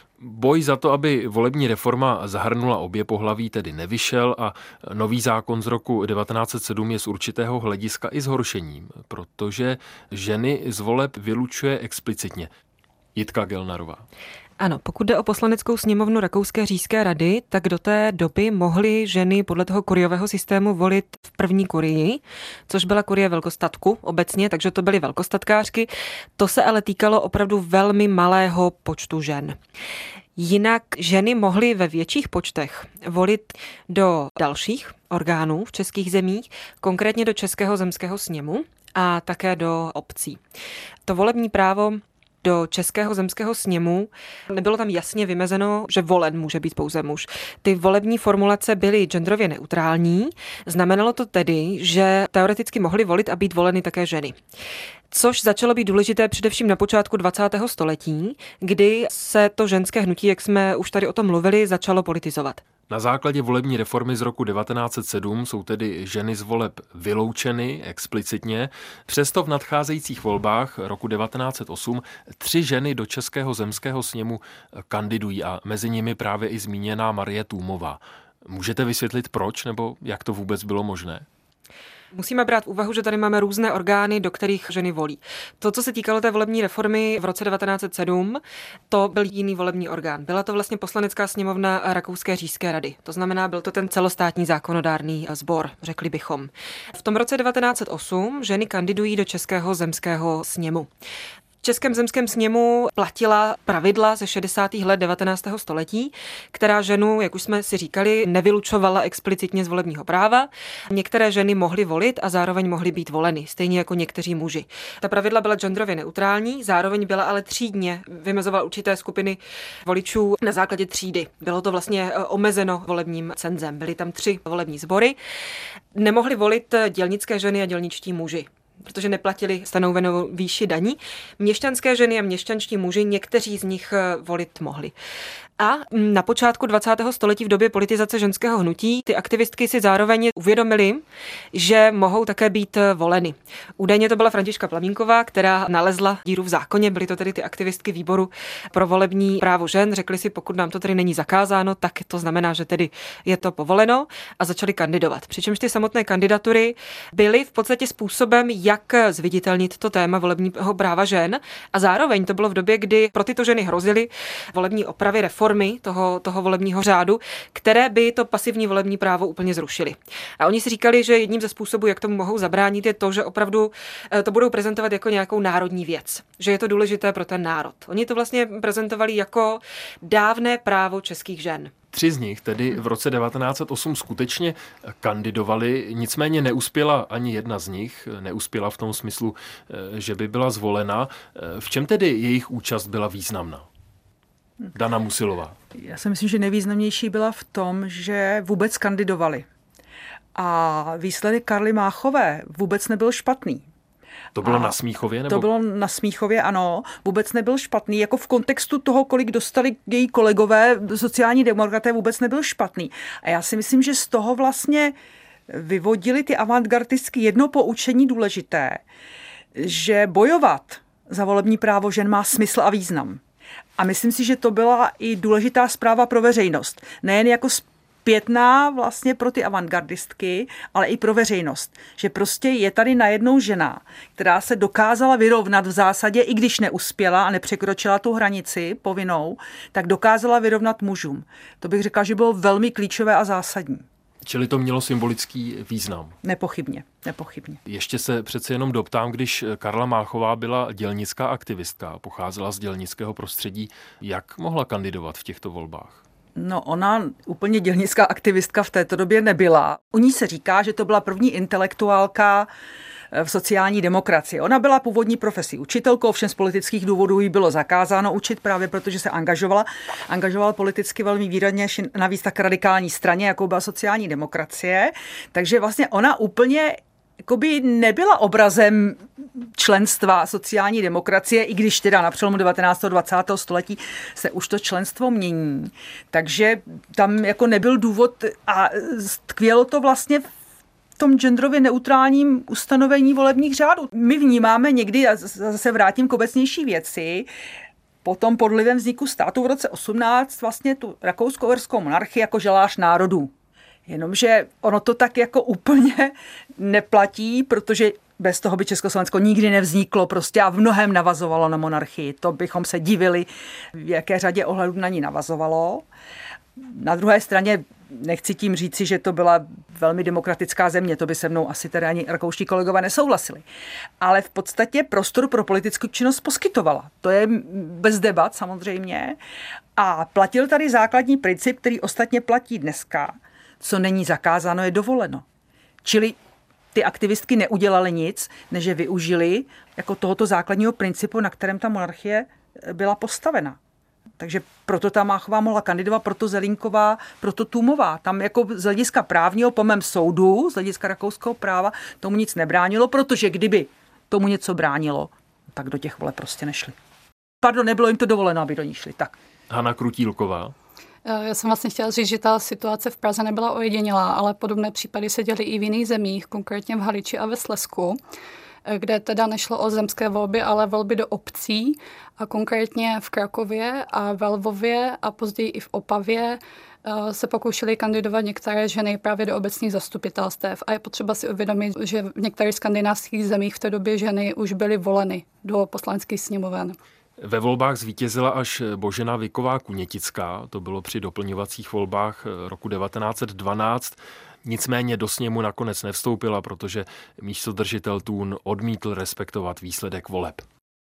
Boj za to, aby volební reforma zahrnula obě pohlaví, tedy nevyšel a nový zákon z roku devatenáct set sedm je z určitého hlediska i zhoršením, protože ženy z voleb vylučuje explicitně. Jitka Gelnarová. Ano, pokud jde o poslaneckou sněmovnu Rakouské říšské rady, tak do té doby mohly ženy podle toho kuriového systému volit v první kurii, což byla kurie velkostatku obecně, takže to byly velkostatkářky. To se ale týkalo opravdu velmi malého počtu žen. Jinak ženy mohly ve větších počtech volit do dalších orgánů v českých zemích, konkrétně do Českého zemského sněmu a také do obcí. To volební právo do Českého zemského sněmu nebylo tam jasně vymezeno, že volen může být pouze muž. Ty volební formulace byly genderově neutrální, znamenalo to tedy, že teoreticky mohly volit a být voleny také ženy. Což začalo být důležité především na počátku dvacátého století, kdy se to ženské hnutí, jak jsme už tady o tom mluvili, začalo politizovat. Na základě volební reformy z roku devatenáct set sedm jsou tedy ženy z voleb vyloučeny explicitně. Přesto v nadcházejících volbách roku devatenáct set osm tři ženy do Českého zemského sněmu kandidují a mezi nimi právě i zmíněná Marie Tůmová. Můžete vysvětlit proč nebo jak to vůbec bylo možné? Musíme brát v úvahu, že tady máme různé orgány, do kterých ženy volí. To, co se týkalo té volební reformy v roce devatenáct set sedm, to byl jiný volební orgán. Byla to vlastně poslanecká sněmovna Rakouské říšské rady. To znamená, byl to ten celostátní zákonodárný sbor, řekli bychom. V tom roce devatenáct set osm ženy kandidují do Českého zemského sněmu. V Českém zemském sněmu platila pravidla ze šedesátých let devatenáctého století, která ženu, jak už jsme si říkali, nevylučovala explicitně z volebního práva. Některé ženy mohly volit a zároveň mohly být voleny, stejně jako někteří muži. Ta pravidla byla genderově neutrální, zároveň byla ale třídně, vymezovala určité skupiny voličů na základě třídy. Bylo to vlastně omezeno volebním cenzem. Byly tam tři volební sbory. Nemohly volit dělnické ženy a dělničtí muži, protože neplatili stanovenou výši daní. Měšťanské ženy a měšťanští muži, někteří z nich volit mohli. A na počátku dvacátého století v době politizace ženského hnutí ty aktivistky si zároveň uvědomily, že mohou také být voleny. Údajně to byla Františka Plamínková, která nalezla díru v zákoně, byly to tedy ty aktivistky výboru pro volební právo žen, řekli si, pokud nám to tedy není zakázáno, tak to znamená, že tedy je to povoleno a začali kandidovat. Přičemž ty samotné kandidatury byly v podstatě způsobem, jak zviditelnit to téma volebního práva žen. A zároveň to bylo v době, kdy pro tyto ženy hrozily volební opravy, reformy toho, toho volebního řádu, které by to pasivní volební právo úplně zrušily. A oni si říkali, že jedním ze způsobů, jak tomu mohou zabránit, je to, že opravdu to budou prezentovat jako nějakou národní věc, že je to důležité pro ten národ. Oni to vlastně prezentovali jako dávné právo českých žen. Tři z nich tedy v roce devatenáct set osm skutečně kandidovali, nicméně neuspěla ani jedna z nich, neuspěla v tom smyslu, že by byla zvolena. V čem tedy jejich účast byla významná? Dana Musilová. Já si myslím, že nejvýznamnější byla v tom, že vůbec kandidovali. A výsledek Karly Máchové vůbec nebyl špatný. To bylo a na Smíchově? Nebo? To bylo na Smíchově, ano. Vůbec nebyl špatný. Jako v kontextu toho, kolik dostali její kolegové, sociální demokraté, vůbec nebyl špatný. A já si myslím, že z toho vlastně vyvodili ty avantgardistky jedno poučení důležité, že bojovat za volební právo žen má smysl a význam. A myslím si, že to byla i důležitá zpráva pro veřejnost. Nejen jako pětná vlastně pro ty avantgardistky, ale i pro veřejnost. Že prostě je tady najednou žena, která se dokázala vyrovnat v zásadě, i když neuspěla a nepřekročila tu hranici povinnou, tak dokázala vyrovnat mužům. To bych řekla, že bylo velmi klíčové a zásadní. Čili to mělo symbolický význam. Nepochybně, nepochybně. Ještě se přece jenom doptám, když Karla Máchová byla dělnická aktivistka, pocházela z dělnického prostředí, jak mohla kandidovat v těchto volbách? No, ona úplně dělnická aktivistka v této době nebyla. U ní se říká, že to byla první intelektuálka v sociální demokracii. Ona byla původní profesí učitelkou, ovšem z politických důvodů jí bylo zakázáno učit právě protože se angažovala. Angažovala politicky velmi výrazně, navíc tak radikální straně, jakou byla sociální demokracie. Takže vlastně ona úplně jakoby nebyla obrazem členstva sociální demokracie, i když teda na přelomu devatenáctého a dvacátého století se už to členstvo mění. Takže tam jako nebyl důvod a tkvělo to vlastně v tom genderově neutrálním ustanovení volebních řádů. My vnímáme někdy, a zase vrátím k obecnější věci, potom pod vlivem vzniku státu v roce osmnáct vlastně tu rakousko-uherskou monarchii jako žalář národů. Jenomže ono to tak jako úplně neplatí, protože bez toho by Československo nikdy nevzniklo prostě a v mnohem navazovalo na monarchii. To bychom se divili, v jaké řadě ohledů na ní navazovalo. Na druhé straně nechci tím říci, že to byla velmi demokratická země, to by se mnou asi tedy ani rakouští kolegové nesouhlasili. Ale v podstatě prostor pro politickou činnost poskytovala. To je bez debat samozřejmě. A platil tady základní princip, který ostatně platí dneska. Co není zakázáno, je dovoleno. Čili ty aktivistky neudělaly nic, než je využili jako tohoto základního principu, na kterém ta monarchie byla postavena. Takže proto ta Máchová mohla kandidovat, proto Zelínková, proto Tůmová. Tam jako z hlediska právního po mém soudu, z hlediska rakouského práva, tomu nic nebránilo, protože kdyby tomu něco bránilo, tak do těch voleb prostě nešli. Pardon, nebylo jim to dovoleno, aby do ní šli. Tak. Hana Krutílková. Já jsem vlastně chtěla říct, že ta situace v Praze nebyla ojedinělá, ale podobné případy se děly i v jiných zemích, konkrétně v Haliči a ve Slezsku, kde teda nešlo o zemské volby, ale volby do obcí a konkrétně v Krakově a ve Lvově a později i v Opavě se pokoušely kandidovat některé ženy právě do obecních zastupitelstev. A je potřeba si uvědomit, že v některých skandinávských zemích v té době ženy už byly voleny do poslaneckých sněmoven. Ve volbách zvítězila až Božena Wiková Kunětická, to bylo při doplňovacích volbách roku devatenáct set dvanáct. Nicméně do sněmu nakonec nevstoupila, protože místodržitel Thun odmítl respektovat výsledek voleb.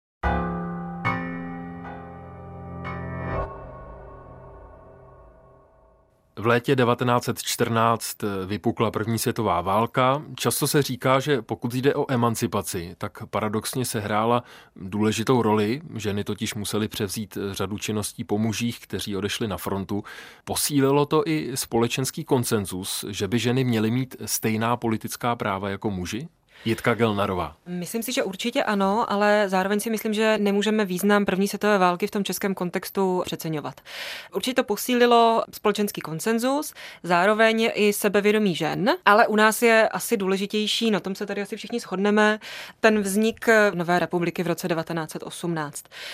V létě devatenáct set čtrnáct vypukla první světová válka. Často se říká, že pokud jde o emancipaci, tak paradoxně sehrála důležitou roli. Ženy totiž musely převzít řadu činností po mužích, kteří odešli na frontu. Posílilo to i společenský konsenzus, že by ženy měly mít stejná politická práva jako muži? Jitka Gelnarová. Myslím si, že určitě ano, ale zároveň si myslím, že nemůžeme význam první světové války v tom českém kontextu přeceňovat. Určitě to posílilo společenský konsenzus, zároveň i sebevědomí žen, ale u nás je asi důležitější, na tom se tady asi všichni shodneme, ten vznik nové republiky v roce devatenáct set osmnáct.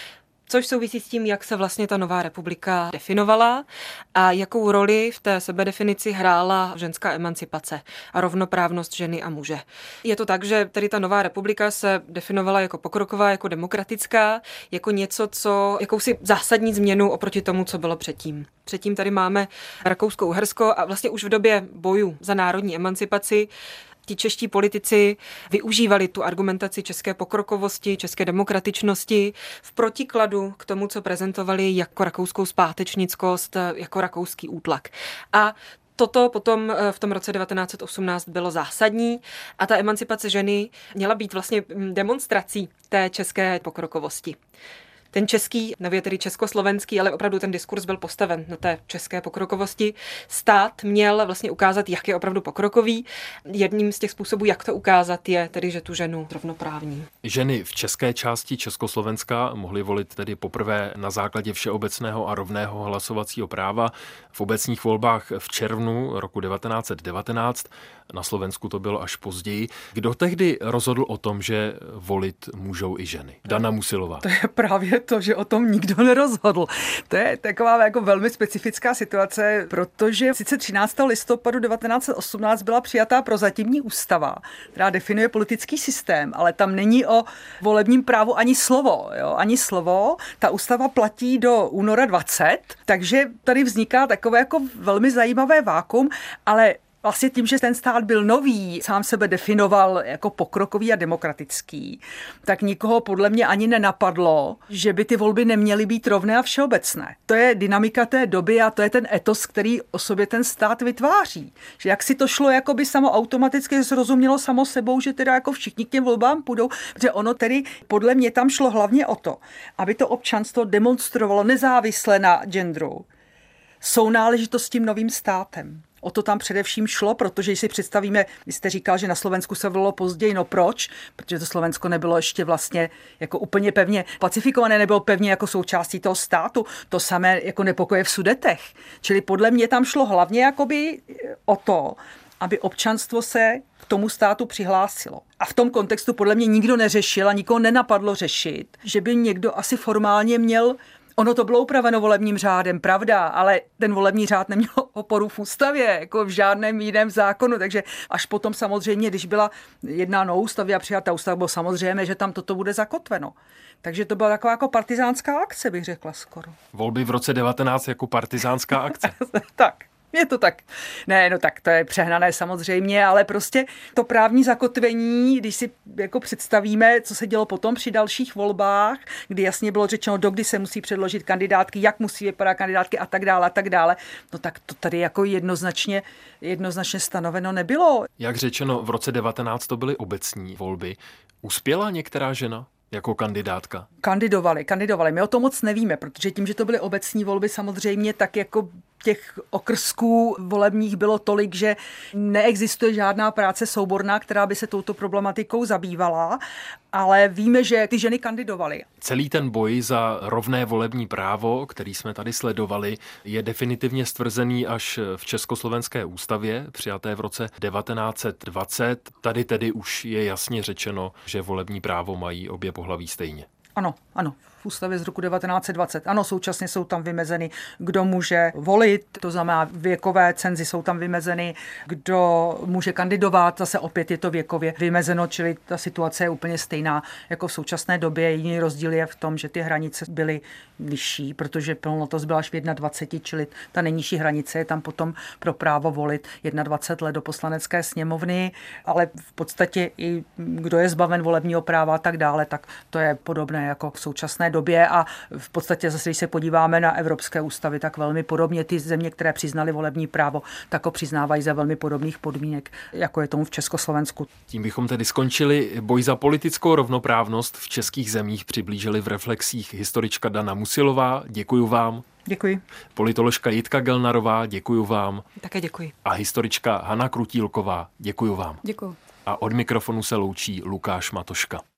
Což souvisí s tím, jak se vlastně ta nová republika definovala a jakou roli v té sebedefinici hrála ženská emancipace a rovnoprávnost ženy a muže. Je to tak, že tedy ta nová republika se definovala jako pokroková, jako demokratická, jako něco, co jakousi zásadní změnu oproti tomu, co bylo předtím. Předtím tady máme Rakousko-Uhersko a vlastně už v době bojů za národní emancipaci ti čeští politici využívali tu argumentaci české pokrokovosti, české demokratičnosti v protikladu k tomu, co prezentovali jako rakouskou zpátečnickost, jako rakouský útlak. A toto potom v tom roce devatenáct set osmnáct bylo zásadní a ta emancipace ženy měla být vlastně demonstrací té české pokrokovosti. Ten český, nově tedy československý, ale opravdu ten diskurs byl postaven na té české pokrokovosti. Stát měl vlastně ukázat, jak je opravdu pokrokový. Jedním z těch způsobů, jak to ukázat, je tedy, že tu ženu rovnoprávní. Ženy v české části Československa mohly volit tedy poprvé na základě všeobecného a rovného hlasovacího práva v obecních volbách v červnu roku devatenáct set devatenáct. Na Slovensku to bylo až později. Kdo tehdy rozhodl o tom, že volit můžou i ženy? Dana Musilová. To je právě to, že o tom nikdo nerozhodl. To je taková jako velmi specifická situace, protože sice třináctého listopadu devatenáct set osmnáct byla přijatá prozatímní ústava, která definuje politický systém, ale tam není o volebním právu ani slovo. Jo? Ani slovo. Ta ústava platí do února dvacet, takže tady vzniká takové jako velmi zajímavé vákuum, ale vlastně tím, že ten stát byl nový, sám sebe definoval jako pokrokový a demokratický, tak nikoho podle mě ani nenapadlo, že by ty volby neměly být rovné a všeobecné. To je dynamika té doby a to je ten etos, který o sobě ten stát vytváří. Že jak si to šlo jakoby samo automaticky, zrozumělo samo sebou, že teda jako všichni k těm volbám půjdou, protože ono tedy podle mě tam šlo hlavně o to, aby to občanstvo demonstrovalo nezávisle na genderu sounáležitost s tím novým státem. O to tam především šlo, protože když si představíme, vy jste říkal, že na Slovensku se volilo později, no proč? Protože to Slovensko nebylo ještě vlastně jako úplně pevně pacifikované, nebylo pevně jako součástí toho státu. To samé jako nepokoje v Sudetech. Čili podle mě tam šlo hlavně jakoby o to, aby občanstvo se k tomu státu přihlásilo. A v tom kontextu podle mě nikdo neřešil a nikoho nenapadlo řešit, že by někdo asi formálně měl. Ono to bylo upraveno volebním řádem, pravda, ale ten volební řád neměl oporu v ústavě, jako v žádném jiném zákonu, takže až potom samozřejmě, když byla jednáno o ústavě a přijata ústava, bylo samozřejmě, že tam toto bude zakotveno. Takže to byla taková jako partizánská akce, bych řekla skoro. Volby v roce devatenáct jako partizánská akce. Tak. Je to tak. Ne, no tak to je přehnané samozřejmě, ale prostě to právní zakotvení, když si jako představíme, co se dělo potom při dalších volbách, kdy jasně bylo řečeno, dokdy se musí předložit kandidátky, jak musí vypadat kandidátky a tak dále a tak dále, no tak to tady jako jednoznačně, jednoznačně stanoveno nebylo. Jak řečeno, v roce devatenáct to byly obecní volby. Uspěla některá žena jako kandidátka? Kandidovali, kandidovali. My o tom moc nevíme, protože tím, že to byly obecní volby samozřejmě, tak jako těch okrsků volebních bylo tolik, že neexistuje žádná práce souborná, která by se touto problematikou zabývala, ale víme, že ty ženy kandidovaly. Celý ten boj za rovné volební právo, který jsme tady sledovali, je definitivně stvrzený až v Československé ústavě, přijaté v roce devatenáct set dvacet. Tady tedy už je jasně řečeno, že volební právo mají obě pohlaví stejně. Ano, ano. V ústavě z roku devatenáct set dvacet. Ano, současně jsou tam vymezeny, kdo může volit, to znamená věkové cenzy jsou tam vymezeny, kdo může kandidovat, zase opět je to věkově vymezeno, čili ta situace je úplně stejná jako v současné době. Jediný rozdíl je v tom, že ty hranice byly vyšší, protože plnoletos byla až v dvacet jedna, čili ta nejnižší hranice je tam potom pro právo volit dvacet jedna let do poslanecké sněmovny, ale v podstatě i kdo je zbaven volebního práva a tak dále, tak to je podobné jako v současné době a v podstatě zase, když se podíváme na evropské ústavy, tak velmi podobně ty země, které přiznaly volební právo, tak ho přiznávají za velmi podobných podmínek, jako je tomu v Československu. Tím bychom tedy skončili boj za politickou rovnoprávnost v českých zemích, přiblížili v reflexích historička Dana Musilová. Děkuju vám. Děkuji. Politoložka Jitka Gelnarová, děkuju vám. Také děkuji. A historička Hana Krutílková, děkuju vám. Děkuju. A od mikrofonu se loučí Lukáš Matoška.